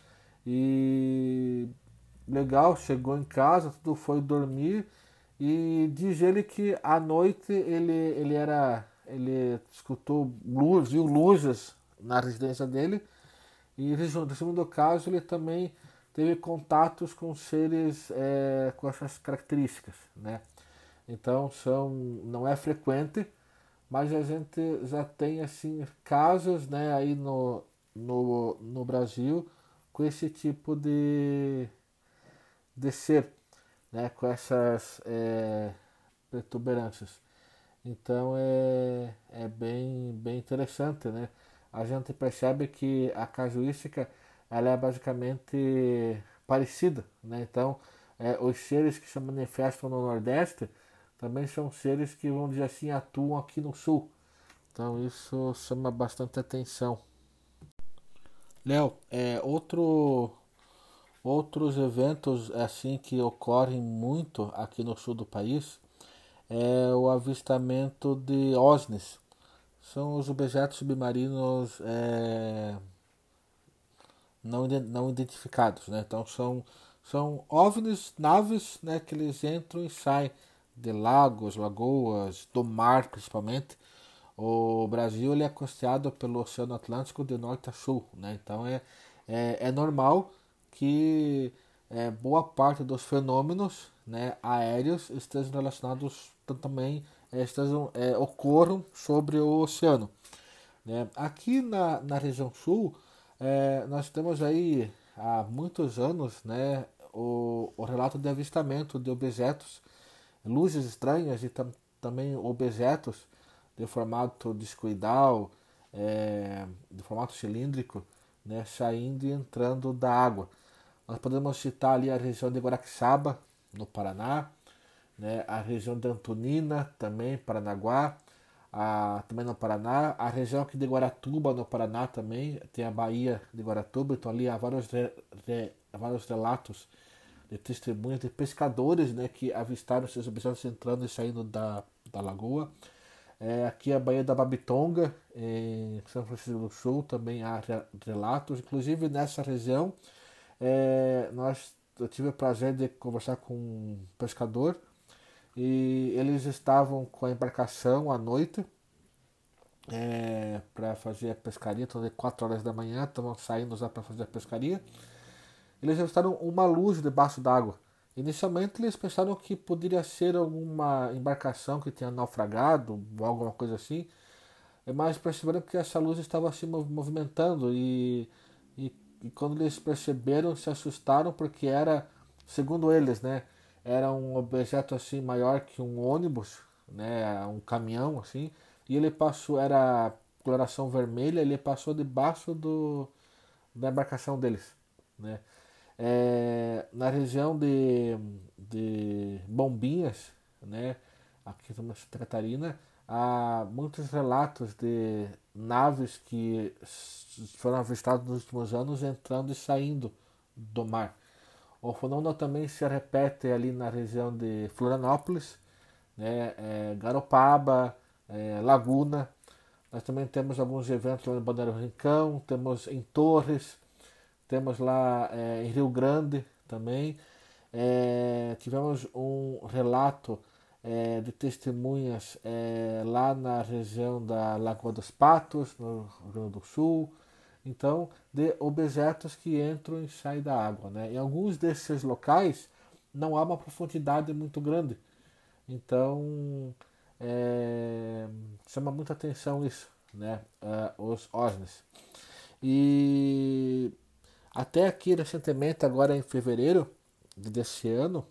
e legal, chegou em casa, tudo, foi dormir. E diz ele que à noite ele, ele era ele escutou luz, viu luzes na residência dele. E no segundo caso ele também teve contatos com seres é, com essas características, né? Então são, não é frequente, mas a gente já tem assim casos, né, aí no, no, no Brasil com esse tipo de, de ser, né, com essas é, protuberâncias. Então é, é bem, bem interessante, né? A gente percebe que a casuística ela é basicamente parecida, né? Então é, os seres que se manifestam no Nordeste também são seres que, vamos dizer assim, atuam aqui no Sul. Então isso chama bastante atenção. Léo, é, outro, outros eventos assim que ocorrem muito aqui no sul do país é o avistamento de OSNIs. São os objetos submarinos é, não, não identificados, né? Então são, são OVNIs, naves, né, que eles entram e saem de lagos, lagoas, do mar principalmente. O Brasil ele é costeado pelo Oceano Atlântico de norte a sul, né? Então é, é, é normal que é, boa parte dos fenômenos, né, aéreos estejam relacionados também é, estejam, é, ocorram sobre o oceano, né? Aqui na, na região sul é, nós temos aí há muitos anos, né, o, o relato de avistamento de objetos, luzes estranhas e tam, também objetos de formato discoidal, é, de formato cilíndrico, né, saindo e entrando da água. Nós podemos citar ali a região de Guaraxaba, no Paraná, né, a região de Antonina, também, Paranaguá, a, também no Paraná, a região aqui de Guaratuba, no Paraná também, tem a Baía de Guaratuba. Então ali há vários, re, re, vários relatos de testemunhas de pescadores, né, que avistaram esses objetos entrando e saindo da, da lagoa. É, aqui a Baía da Babitonga, em São Francisco do Sul, também há relatos. Inclusive nessa região, é, nós, eu tive o prazer de conversar com um pescador e eles estavam com a embarcação à noite é, para fazer a pescaria. Então, de quatro horas da manhã, estavam saindo já para fazer a pescaria. Eles avistaram uma luz debaixo d'água. Inicialmente eles pensaram que poderia ser alguma embarcação que tinha naufragado ou alguma coisa assim, mas perceberam que essa luz estava se movimentando e, e, e quando eles perceberam, se assustaram, porque era, segundo eles, né, era um objeto assim maior que um ônibus, né, um caminhão assim, e ele passou, era coloração vermelha, ele passou debaixo do, da embarcação deles, né. É, na região de, de Bombinhas, né, aqui em Santa Catarina, há muitos relatos de naves que foram avistadas nos últimos anos entrando e saindo do mar. O fenômeno também se repete ali na região de Florianópolis, né, é, Garopaba, é, Laguna. Nós também temos alguns eventos lá em Balneário Rincão, temos em Torres, temos lá é, em Rio Grande também. É, tivemos um relato é, de testemunhas é, lá na região da Lagoa dos Patos, no Rio Grande do Sul. Então, de objetos que entram e saem da água. Né? Em alguns desses locais não há uma profundidade muito grande. Então, é, chama muita atenção isso, né? Uh, os OSNIs. E até aqui recentemente, agora em fevereiro desse ano,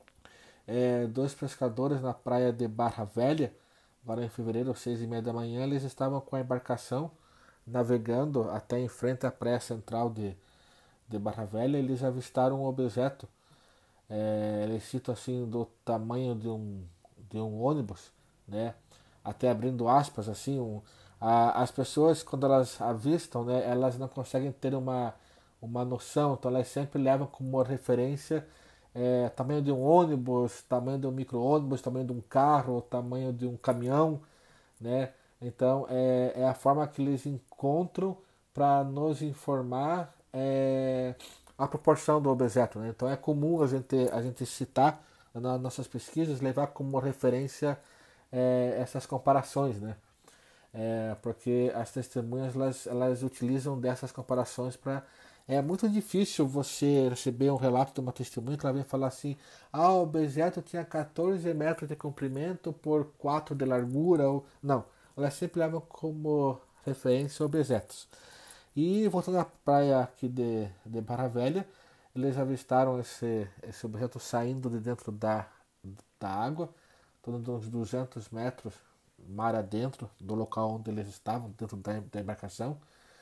é, dois pescadores na praia de Barra Velha, agora em fevereiro, às seis e meia da manhã, eles estavam com a embarcação navegando até em frente à praia central de, de Barra Velha. Eles avistaram um objeto, é, eles citam assim, do tamanho de um, de um ônibus, né? Até abrindo aspas, assim, um, a, as pessoas quando elas avistam, né, elas não conseguem ter uma, uma noção, então elas sempre levam como referência é, tamanho de um ônibus, tamanho de um micro-ônibus, tamanho de um carro, tamanho de um caminhão, né? Então é, é a forma que eles encontram para nos informar é, a proporção do objeto. Né? Então é comum a gente, a gente citar nas nossas pesquisas, levar como referência é, essas comparações, né? É, porque as testemunhas elas, elas utilizam dessas comparações para. É muito difícil você receber um relato de uma testemunha que ela vem falar assim: ah, o objeto tinha quatorze metros de comprimento por quatro de largura. Ou... Não, elas sempre levam como referência objetos. E voltando à praia aqui de, de Barra Velha, eles avistaram esse, esse objeto saindo de dentro da, da água, torno de uns duzentos metros mar adentro do local onde eles estavam, dentro da, da embarcação.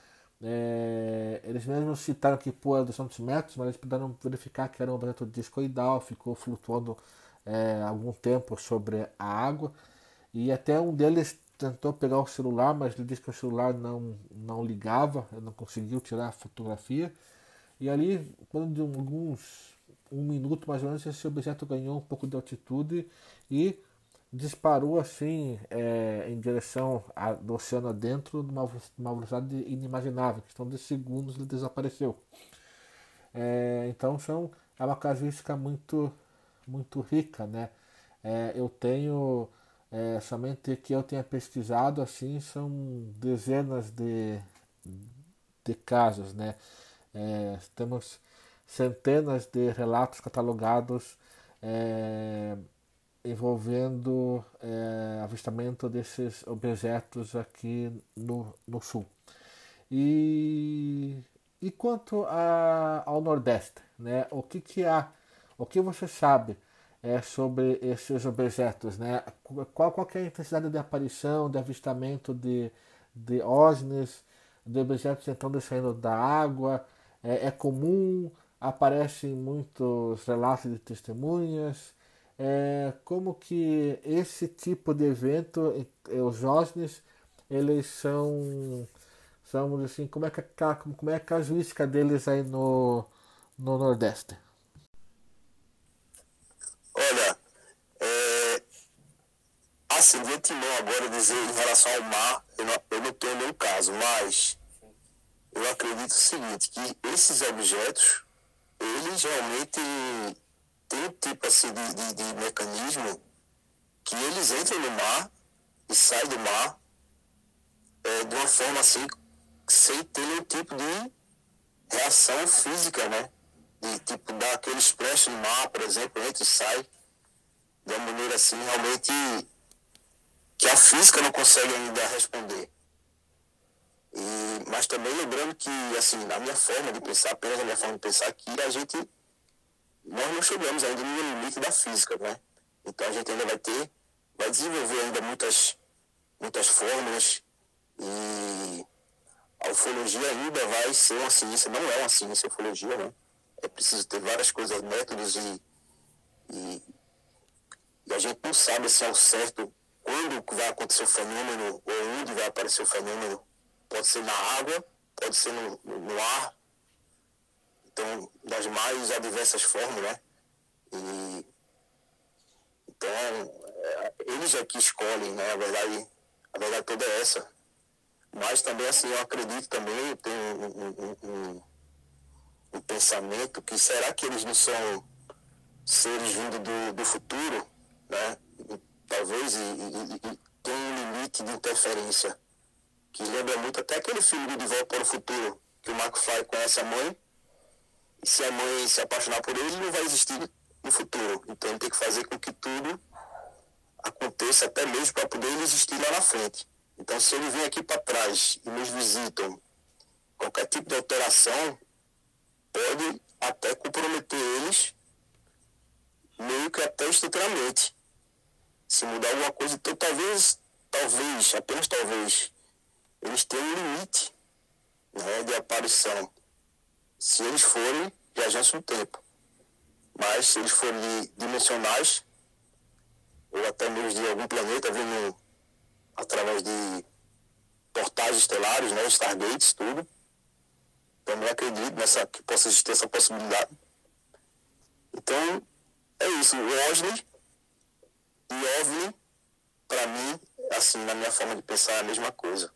É, eles mesmos citaram que pô, duzentos metros, mas eles puderam verificar que era um objeto discoidal, ficou flutuando é, algum tempo sobre a água. E até um deles tentou pegar o celular, mas ele disse que o celular não, não ligava, não conseguiu tirar a fotografia. E ali, quando de alguns um minuto mais ou menos, esse objeto ganhou um pouco de altitude e disparou assim é, em direção a, do oceano adentro numa, numa velocidade inimaginável. Em questão de segundos ele desapareceu. É, então são, é uma casuística muito, muito rica, né? É, eu tenho é, somente que eu tenha pesquisado assim são dezenas de, de casos, né? É, temos centenas de relatos catalogados é, envolvendo é, avistamento desses objetos aqui no, no sul. E, e quanto a, ao Nordeste, né? O que, que há, o que você sabe é, sobre esses objetos, né? Qual, qual é a intensidade de aparição, de avistamento de, de OSNIs, de objetos entrando e saindo da água? É, é comum? Aparecem muitos relatos de testemunhas? É, como que esse tipo de evento, os OSNIs, eles são, são assim, como é que a, como é a casuística deles aí no, no Nordeste? Olha, é, assim, de antemão agora dizer em relação ao mar, eu não, eu não tenho nenhum caso, mas eu acredito o seguinte, que esses objetos, eles realmente têm um tipo assim de, de, de mecanismo que eles entram no mar e saem do mar é, de uma forma assim, sem ter nenhum tipo de reação física, né? De tipo dar aquele splash no mar, por exemplo, entra e sai de uma maneira assim, realmente que a física não consegue ainda responder. E, mas também lembrando que, assim, na minha forma de pensar, apenas na minha forma de pensar, que a gente, nós não chegamos ainda no limite da física, né? Então a gente ainda vai ter, vai desenvolver ainda muitas, muitas fórmulas e a ufologia ainda vai ser uma ciência, não é uma ciência a ufologia, né? É preciso ter várias coisas, métodos e, e, e a gente não sabe assim ao certo quando quando vai acontecer o fenômeno ou onde vai aparecer o fenômeno. Pode ser na água, pode ser no, no ar. Então, das mais adversas formas, né? E, então, é, eles é que escolhem, né? A verdade, a verdade toda é essa. Mas também, assim, eu acredito também, eu tenho um, um, um, um pensamento que será que eles não são seres vindos do, do futuro, né? E, talvez, e, e, e tem um limite de interferência, que lembra muito até aquele filme de De Volta para o Futuro, que o McFly conhece a mãe, e se a mãe se apaixonar por ele, ele não vai existir no futuro. Então ele tem que fazer com que tudo aconteça até mesmo para poder ele existir lá na frente. Então se ele vem aqui para trás e nos visitam, qualquer tipo de alteração pode até comprometer eles, meio que até estruturalmente. Se mudar alguma coisa, então talvez, talvez, apenas talvez, eles tenham um limite, né, de aparição. Se eles forem viajantes no tempo. Mas se eles forem dimensionais, ou até mesmo de algum planeta, vindo através de portais estelares, né, Stargates, tudo, também acredito nessa, que possa existir essa possibilidade. Então, é isso. O OSNI e OVNI, para mim, assim, na minha forma de pensar, é a mesma coisa.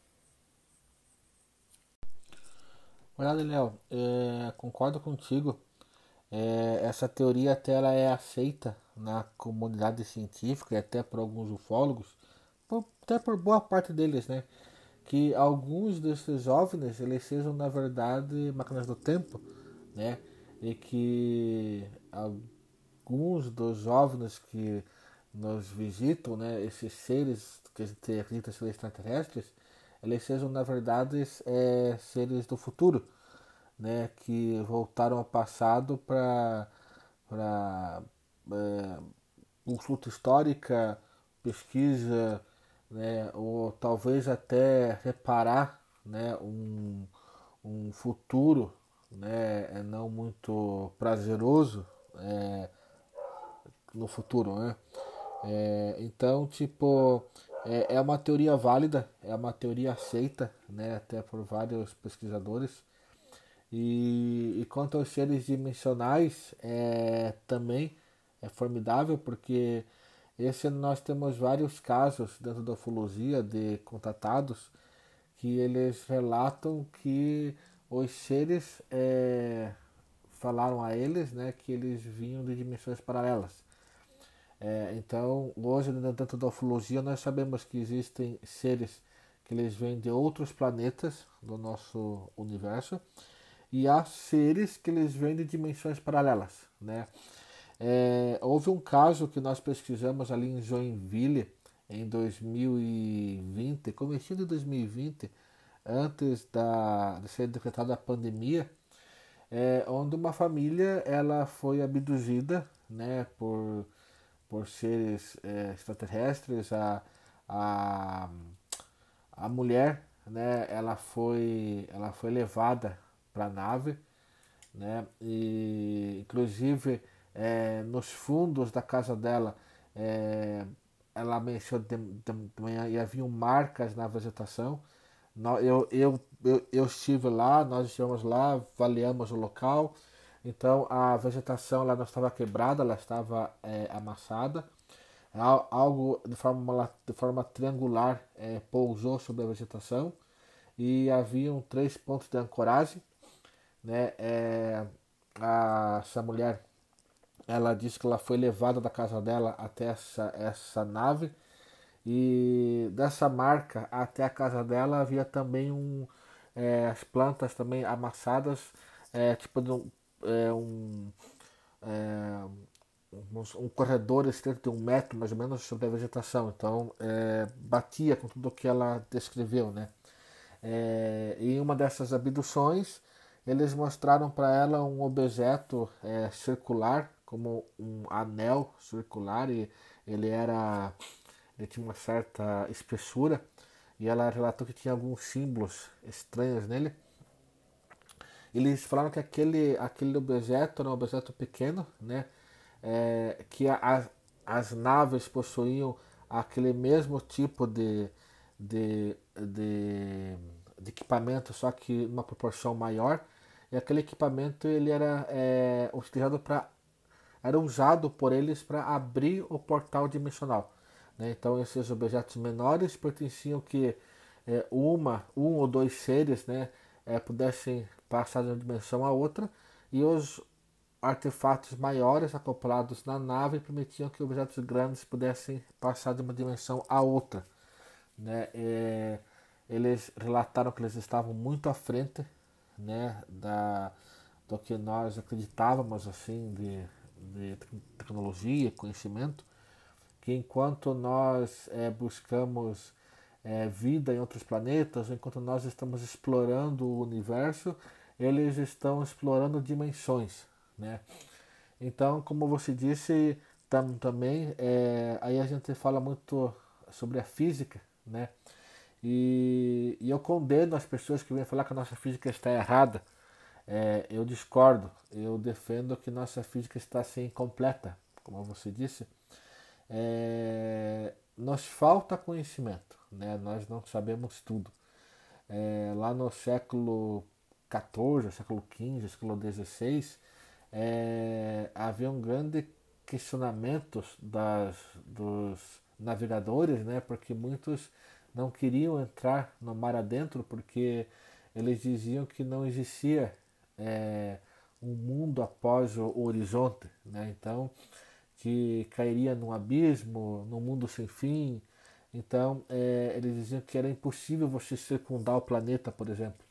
Olha, Léo, é, concordo contigo. É, essa teoria até ela é aceita na comunidade científica e até por alguns ufólogos, por, até por boa parte deles, né? Que alguns desses OVNIs eles sejam na verdade máquinas do tempo, né? E que alguns dos OVNIs que nos visitam, né? Esses seres que a gente acredita ser extraterrestres, eles sejam na verdade é, seres do futuro, né, que voltaram ao passado para para é, consulta histórica, pesquisa, né, ou talvez até reparar, né, um, um futuro, né, não muito prazeroso é, no futuro, né? É, então, tipo, é, é uma teoria válida, é uma teoria aceita, né, até por vários pesquisadores. E, e quanto aos seres dimensionais, é, também é formidável, porque esse nós temos vários casos dentro da ufologia de contatados que eles relatam que os seres é, falaram a eles, né, que eles vinham de dimensões paralelas. É, então, hoje, dentro da ufologia, nós sabemos que existem seres que eles vêm de outros planetas do nosso universo e há seres que eles vêm de dimensões paralelas, né? É, houve um caso que nós pesquisamos ali em Joinville em dois mil e vinte, começo de dois mil e vinte, antes da, de ser decretada a pandemia, é, onde uma família ela foi abduzida, né, por, por seres é, extraterrestres. A, a, a mulher, né, ela foi, ela foi levada para a nave, né, e inclusive é, nos fundos da casa dela, é, ela mencionou de, de, de manhã e haviam marcas na vegetação. Eu, eu, eu, eu estive lá, nós estivemos lá, avaliamos o local. Então a vegetação ela não estava quebrada, ela estava é, amassada. Algo de forma, de forma triangular é, pousou sobre a vegetação e haviam três pontos de ancoragem, né? É, a, essa mulher ela disse que ela foi levada da casa dela até essa, essa nave, e dessa marca até a casa dela havia também um é, as plantas também amassadas, é, tipo de um, é, um, é, um, um corredor estreito de um metro mais ou menos sobre a vegetação. Então é, batia com tudo o que ela descreveu, né? É, em uma dessas abduções eles mostraram para ela um objeto é, circular, como um anel circular, e ele era ele tinha uma certa espessura, e ela relatou que tinha alguns símbolos estranhos nele. Eles falaram que aquele, aquele objeto era um objeto pequeno, né? É, que a, as naves possuíam aquele mesmo tipo de, de, de, de equipamento, só que numa proporção maior. E aquele equipamento ele era é, utilizado para era usado por eles para abrir o portal dimensional. Né? Então esses objetos menores pertenciam que é, uma, um ou dois seres, né, é, pudessem passar de uma dimensão a outra, e os artefatos maiores acoplados na nave permitiam que objetos grandes pudessem passar de uma dimensão a outra. Né? É, eles relataram que eles estavam muito à frente, né, da, do que nós acreditávamos assim de, de tecnologia, conhecimento, que enquanto nós é, buscamos é, vida em outros planetas, enquanto nós estamos explorando o universo, eles estão explorando dimensões, né? Então, como você disse, tam, também, é, aí a gente fala muito sobre a física, né? E, e eu condeno as pessoas que vêm falar que a nossa física está errada. É, eu discordo. Eu defendo que nossa física está assim completa, como você disse. É, nos falta conhecimento, né? Nós não sabemos tudo. É, lá no século quatorze, século quinze, século dezesseis, é, havia um grande questionamento das, dos navegadores, né? Porque muitos não queriam entrar no mar adentro porque eles diziam que não existia é, um mundo após o, o horizonte, né? Então que cairia num abismo, num mundo sem fim. Então, é, eles diziam que era impossível você circundar o planeta, por exemplo.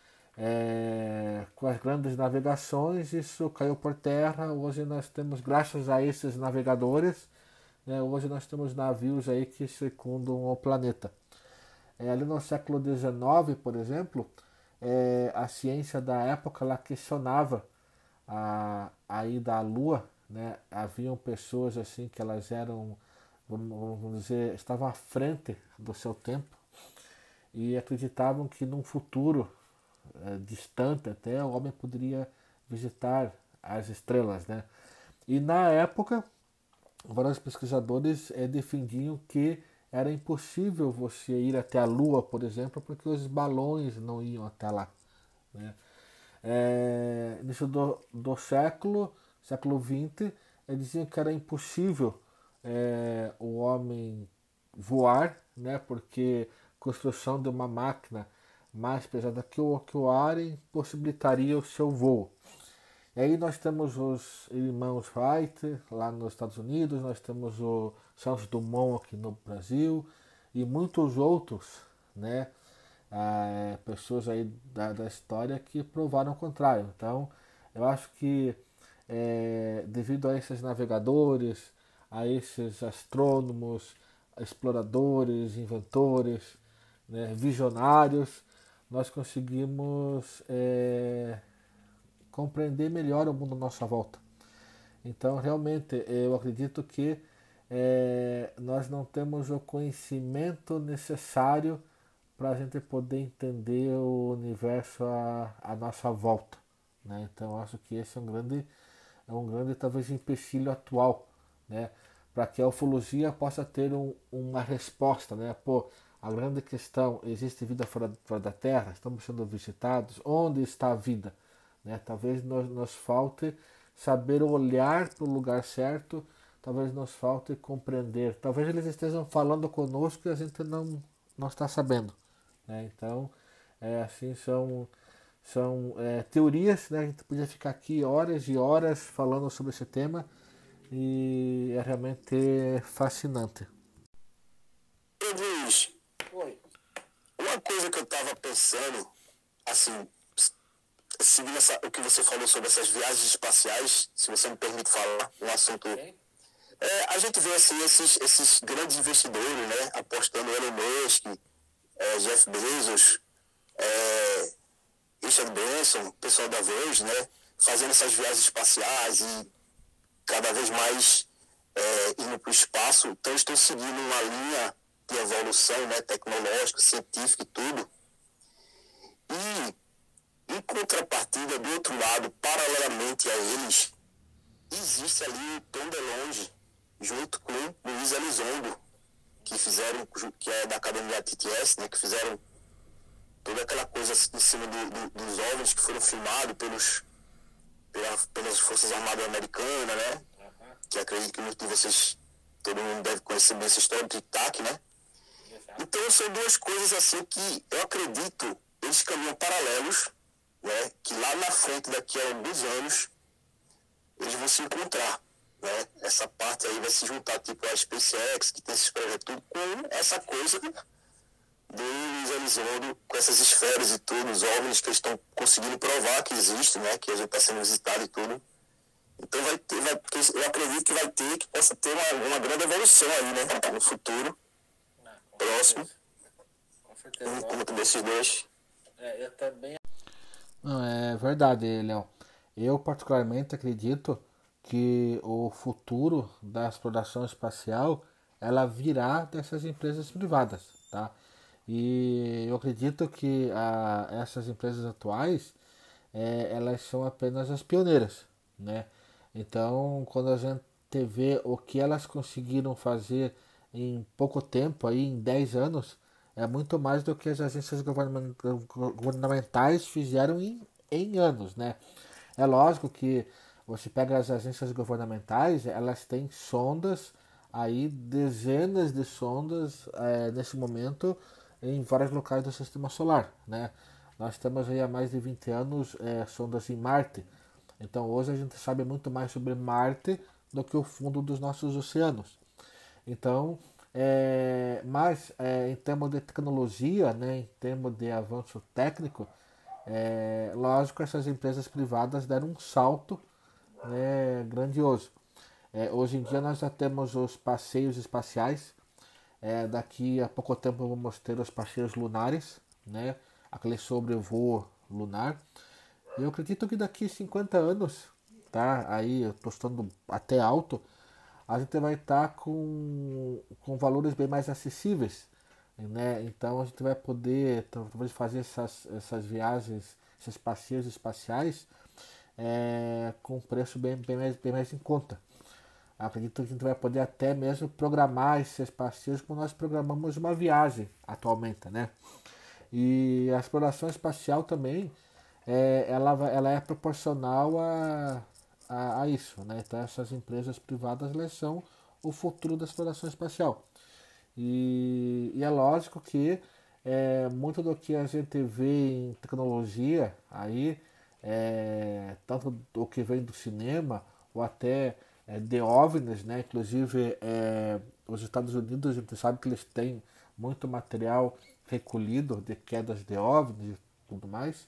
É, com as grandes navegações, isso caiu por terra. Hoje nós temos, graças a esses navegadores, né, hoje nós temos navios aí que circundam o planeta. É, ali no século dezenove, por exemplo, é, a ciência da época ela questionava a, a ida à Lua, né? Haviam pessoas assim que elas eram, vamos, vamos dizer, estavam à frente do seu tempo e acreditavam que num futuro é, distante até o homem poderia visitar as estrelas, né? E na época, vários pesquisadores é, defendiam que era impossível você ir até a Lua, por exemplo, porque os balões não iam até lá, né? É, início do, do século, século vinte, eles diziam que era impossível é, o homem voar, né, porque a construção de uma máquina mais pesada que o, que o ar impossibilitaria o seu voo. E aí nós temos os irmãos Wright lá nos Estados Unidos, nós temos o Santos Dumont aqui no Brasil e muitos outros, né, é, pessoas aí da, da história que provaram o contrário. Então, eu acho que é, devido a esses navegadores, a esses astrônomos, exploradores, inventores, né, visionários, nós conseguimos é, compreender melhor o mundo à nossa volta. Então, realmente, eu acredito que é, nós não temos o conhecimento necessário para a gente poder entender o universo à, à nossa volta. Né? Então, acho que esse é um grande, é um grande talvez empecilho atual, né? Para que a ufologia possa ter um, uma resposta, né? Pô, a grande questão, existe vida fora, fora da Terra? Estamos sendo visitados? Onde está a vida? Né? Talvez nos, nos falte saber olhar para o lugar certo, talvez nos falte compreender. Talvez eles estejam falando conosco e a gente não, não está sabendo. Né? Então, é, assim, são, são é, teorias, né? A gente podia ficar aqui horas e horas falando sobre esse tema e é realmente fascinante. Luiz, Oi. uma coisa que eu estava pensando, assim, seguindo essa, o que você falou sobre essas viagens espaciais, se você me permite falar, um assunto. Okay. É, a gente vê assim, esses, esses grandes investidores, né, apostando Elon Musk, é, Jeff Bezos, é, Richard Branson, pessoal da Virgin, né, fazendo essas viagens espaciais e cada vez mais é, indo para o espaço. Então, estão seguindo uma linha de evolução, né, tecnológica, científica e tudo. E, em contrapartida, do outro lado, paralelamente a eles, existe ali o Tom DeLonge, junto com Luiz Elizondo, que fizeram, que é da Academia T T S, né, que fizeram toda aquela coisa em cima do, do, dos OVNIs que foram filmados pelos, pela, pelas Forças Armadas Americanas, né? Uhum. Que acredito que muitos de vocês, todo mundo deve conhecer bem essa história do Tic-Tac, né? Exato. Então são duas coisas assim que eu acredito, eles caminham paralelos, né? Que lá na frente, daqui a alguns anos, eles vão se encontrar, né? Essa parte aí vai se juntar, tipo a SpaceX, que tem esses projetos, tudo, com essa coisa do Luiz Elizondo, com essas esferas e tudo, os OVNIs que eles estão conseguindo provar que existe, né? Que a gente está sendo visitado e tudo. Então vai ter, vai, eu acredito que vai ter, que possa ter uma, uma grande evolução aí, né? No futuro, Não, próximo. Certeza. Com certeza. Um encontro desses dois. É, eu também... Não, é verdade, Léo. Eu particularmente acredito que o futuro da exploração espacial ela virá dessas empresas privadas, tá? E eu acredito que a, essas empresas atuais é, elas são apenas as pioneiras, né? Então, quando a gente vê o que elas conseguiram fazer em pouco tempo, aí em dez anos, é muito mais do que as agências governamentais fizeram em, em anos, né? É lógico que você pega as agências governamentais, elas têm sondas, aí dezenas de sondas é, nesse momento em vários locais do sistema solar, né? Nós temos aí há mais de vinte anos é, sondas em Marte. Então hoje a gente sabe muito mais sobre Marte do que o fundo dos nossos oceanos. Então, é, mas é, em termos de tecnologia, né, em termos de avanço técnico, é, lógico, essas empresas privadas deram um salto, né, grandioso. É, hoje em dia nós já temos os passeios espaciais. É, daqui a pouco tempo vamos ter os passeios lunares, né, aquele sobrevoo lunar. E eu acredito que daqui a cinquenta anos, tá? Aí eu tô estando até alto, a gente vai estar tá com, com valores bem mais acessíveis, né? Então a gente vai poder talvez fazer essas, essas viagens, esses passeios espaciais é, com preço bem, bem, mais, bem mais em conta. Acredito que a gente vai poder até mesmo programar esses passeios como nós programamos uma viagem atualmente, né? E a exploração espacial também é, ela, ela é proporcional a, a, a isso, né? Então essas empresas privadas elas são o futuro da exploração espacial. E, e é lógico que é, muito do que a gente vê em tecnologia aí, é, tanto o que vem do cinema ou até é, de OVNIs, né? Inclusive é, os Estados Unidos, a gente sabe que eles têm muito material recolhido de quedas de OVNIs e tudo mais.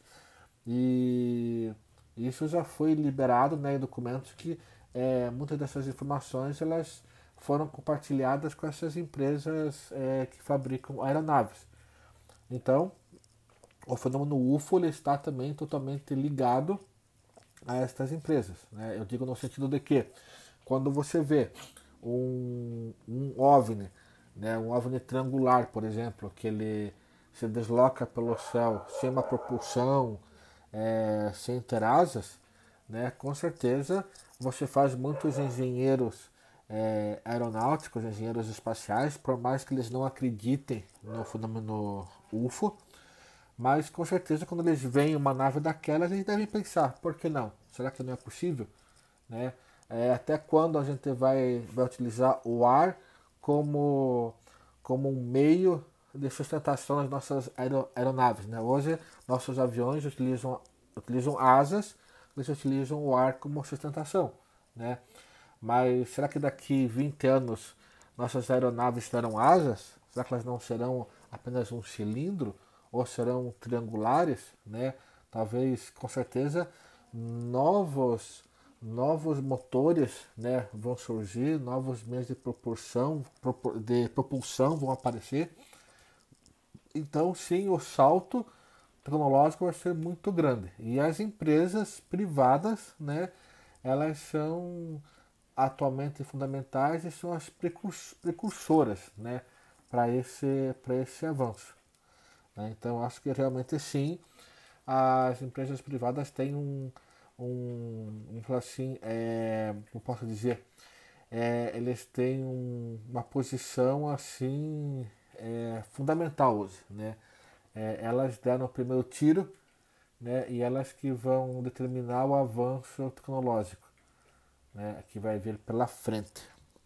E isso já foi liberado, né, em documentos que é, muitas dessas informações elas foram compartilhadas com essas empresas é, que fabricam aeronaves. Então, o fenômeno U F O ele está também totalmente ligado a estas empresas, né? Eu digo no sentido de que quando você vê um, um OVNI, né, um OVNI triangular, por exemplo, que ele se desloca pelo céu sem uma propulsão, é, sem ter asas, né, com certeza você faz muitos engenheiros é, aeronáuticos, engenheiros espaciais, por mais que eles não acreditem no fenômeno U F O, mas com certeza quando eles veem uma nave daquelas, eles devem pensar, por que não? Será que não é possível? Né? É, até quando a gente vai, vai utilizar o ar como, como um meio de sustentação das nossas aero, aeronaves? Né? Hoje, nossos aviões utilizam, utilizam asas, eles utilizam o ar como sustentação. Né? Mas será que daqui vinte anos nossas aeronaves terão asas? Será que elas não serão apenas um cilindro? Ou serão triangulares? Né? Talvez, com certeza, novos novos motores, né, vão surgir, novos meios de propulsão, de propulsão vão aparecer. Então, sim, o salto tecnológico vai ser muito grande. E as empresas privadas, né, elas são atualmente fundamentais e são as precursoras, né, para esse, para esse avanço. Né? Então, acho que realmente sim, as empresas privadas têm um um, um assim, é, como posso dizer, é, eles têm um, uma posição assim é, fundamental hoje, né? É, elas deram o primeiro tiro, né? E elas que vão determinar o avanço tecnológico, né? Que vai vir pela frente.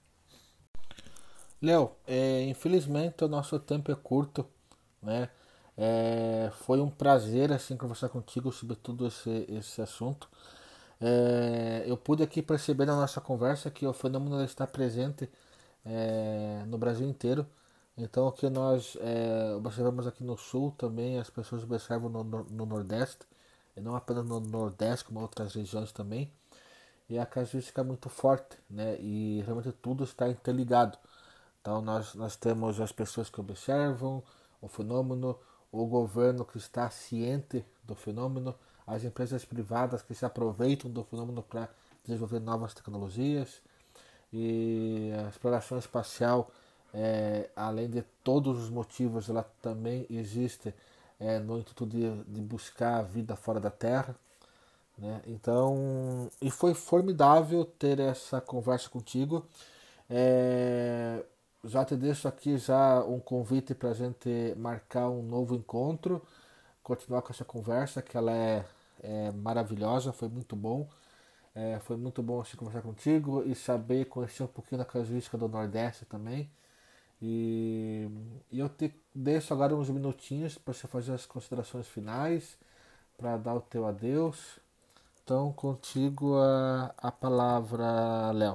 Léo, é, infelizmente o nosso tempo é curto, né? É, foi um prazer assim conversar contigo sobre todo esse, esse assunto. É, eu pude aqui perceber na nossa conversa que o fenômeno está presente é, no Brasil inteiro. Então, o que nós é, observamos aqui no Sul também, as pessoas observam no, no, no Nordeste, e não apenas no Nordeste, como outras regiões também. E a casuística é muito forte, né? E realmente tudo está interligado. Então, nós, nós temos as pessoas que observam o fenômeno, o governo que está ciente do fenômeno, as empresas privadas que se aproveitam do fenômeno para desenvolver novas tecnologias, e a exploração espacial, é, além de todos os motivos, ela também existe é, no intuito de, de buscar a vida fora da Terra, né? Então, e foi formidável ter essa conversa contigo. É, já te deixo aqui já um convite para a gente marcar um novo encontro, continuar com essa conversa, que ela é, é maravilhosa, foi muito bom. É, foi muito bom assim, conversar contigo e saber conhecer um pouquinho da casuística do Nordeste também. E, e eu te deixo agora uns minutinhos para você fazer as considerações finais, para dar o teu adeus. Então, contigo a, a palavra, Léo.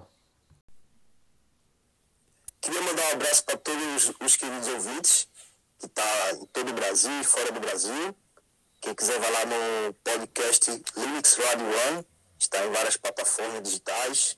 Queria mandar um abraço para todos os queridos ouvintes que estão tá em todo o Brasil e fora do Brasil. Quem quiser vai lá no podcast Linux Radio One, está em várias plataformas digitais.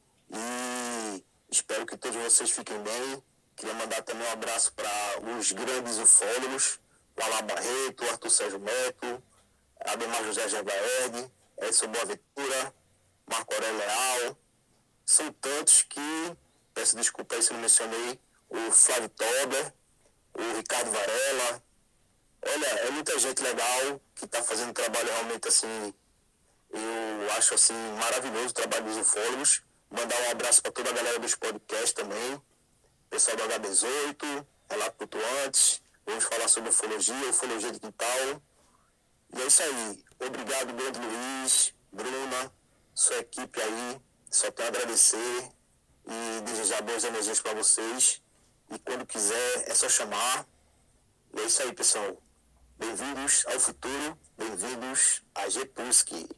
E espero que todos vocês fiquem bem. Queria mandar também um abraço para os grandes ufólogos, o Alain Barreto, o Arthur Sérgio Neto, Ademar José Gerbaerd, Edson Boaventura, Marco Aurélio Leal. São tantos que, peço desculpa aí se não mencionei, o Flávio Tober, o Ricardo Varela. Olha, é muita gente legal que está fazendo um trabalho realmente assim, eu acho assim maravilhoso o trabalho dos ufólogos. Mandar um abraço para toda a galera dos podcasts também, pessoal do H dezoito, Relato Flutuantes. Vamos falar sobre ufologia, ufologia de quintal. E é isso aí. Obrigado, grande Luiz, Bruna, sua equipe aí. Só tenho a agradecer e desejar boas energias para vocês. E quando quiser, é só chamar. E é isso aí, pessoal. Bem-vindos ao futuro, bem-vindos a G P U S C.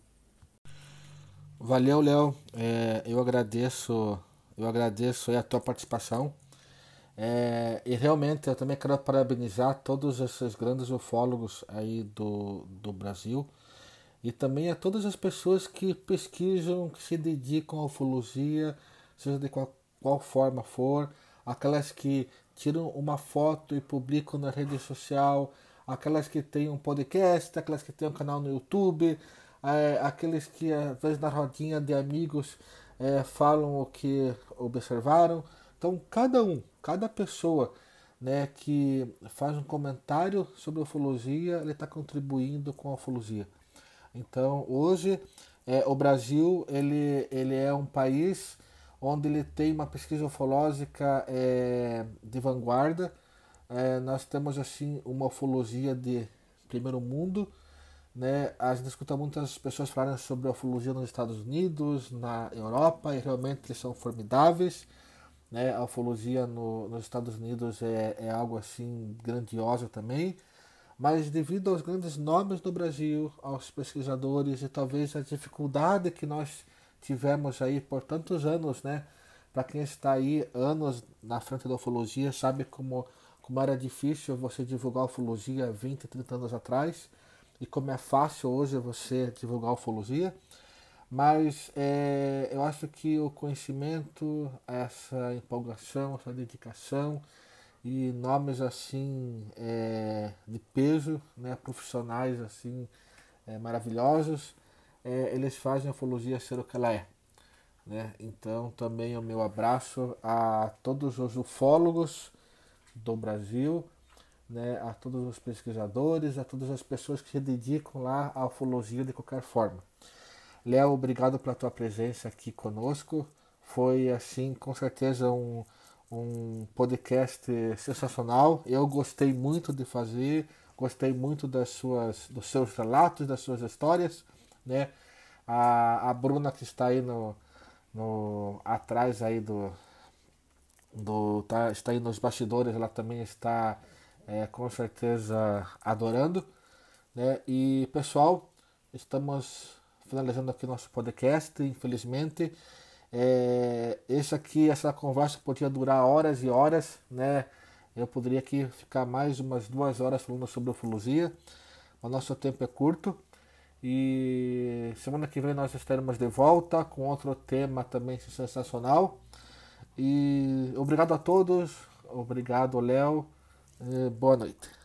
Valeu, Léo. É, eu agradeço, eu agradeço aí a tua participação. É, e realmente eu também quero parabenizar todos esses grandes ufólogos aí do, do Brasil e também a todas as pessoas que pesquisam, que se dedicam à ufologia, seja de qual, qual forma for, aquelas que tiram uma foto e publicam na rede social, aquelas que têm um podcast, aquelas que têm um canal no YouTube, é, aqueles que às vezes na rodinha de amigos é, falam o que observaram. Então cada um, cada pessoa, né, que faz um comentário sobre a ufologia, ele está contribuindo com a ufologia. Então hoje é, o Brasil ele, ele é um país onde ele tem uma pesquisa ufológica é, de vanguarda. É, nós temos assim uma ufologia de primeiro mundo, né? A gente escuta muitas pessoas falarem sobre a ufologia nos Estados Unidos, na Europa, e realmente eles são formidáveis, né? A ufologia no, nos Estados Unidos é, é algo assim grandioso também, mas devido aos grandes nomes do Brasil, aos pesquisadores e talvez a dificuldade que nós tivemos aí por tantos anos, né? Para quem está aí anos na frente da ufologia, sabe como, como era difícil você divulgar a ufologia vinte, trinta anos atrás e como é fácil hoje você divulgar a ufologia. Mas é, eu acho que o conhecimento, essa empolgação, essa dedicação e nomes assim é, de peso, né, profissionais assim é, maravilhosos, é, eles fazem a ufologia ser o que ela é, né? Então também o meu abraço a todos os ufólogos do Brasil, né, a todos os pesquisadores, a todas as pessoas que se dedicam lá à ufologia de qualquer forma. Léo, obrigado pela tua presença aqui conosco. Foi, assim, com certeza um, um podcast sensacional. Eu gostei muito de fazer, gostei muito das suas, dos seus relatos, das suas histórias, né? A, a Bruna que está aí no, no atrás aí do, do tá, está aí nos bastidores, ela também está é, com certeza adorando, né? E pessoal, estamos finalizando aqui nosso podcast, infelizmente. É, esse aqui, essa conversa podia durar horas e horas, né? Eu poderia aqui ficar mais umas duas horas falando sobre ufologia. O nosso tempo é curto e semana que vem nós estaremos de volta com outro tema também sensacional. E obrigado a todos, obrigado, Léo, e boa noite.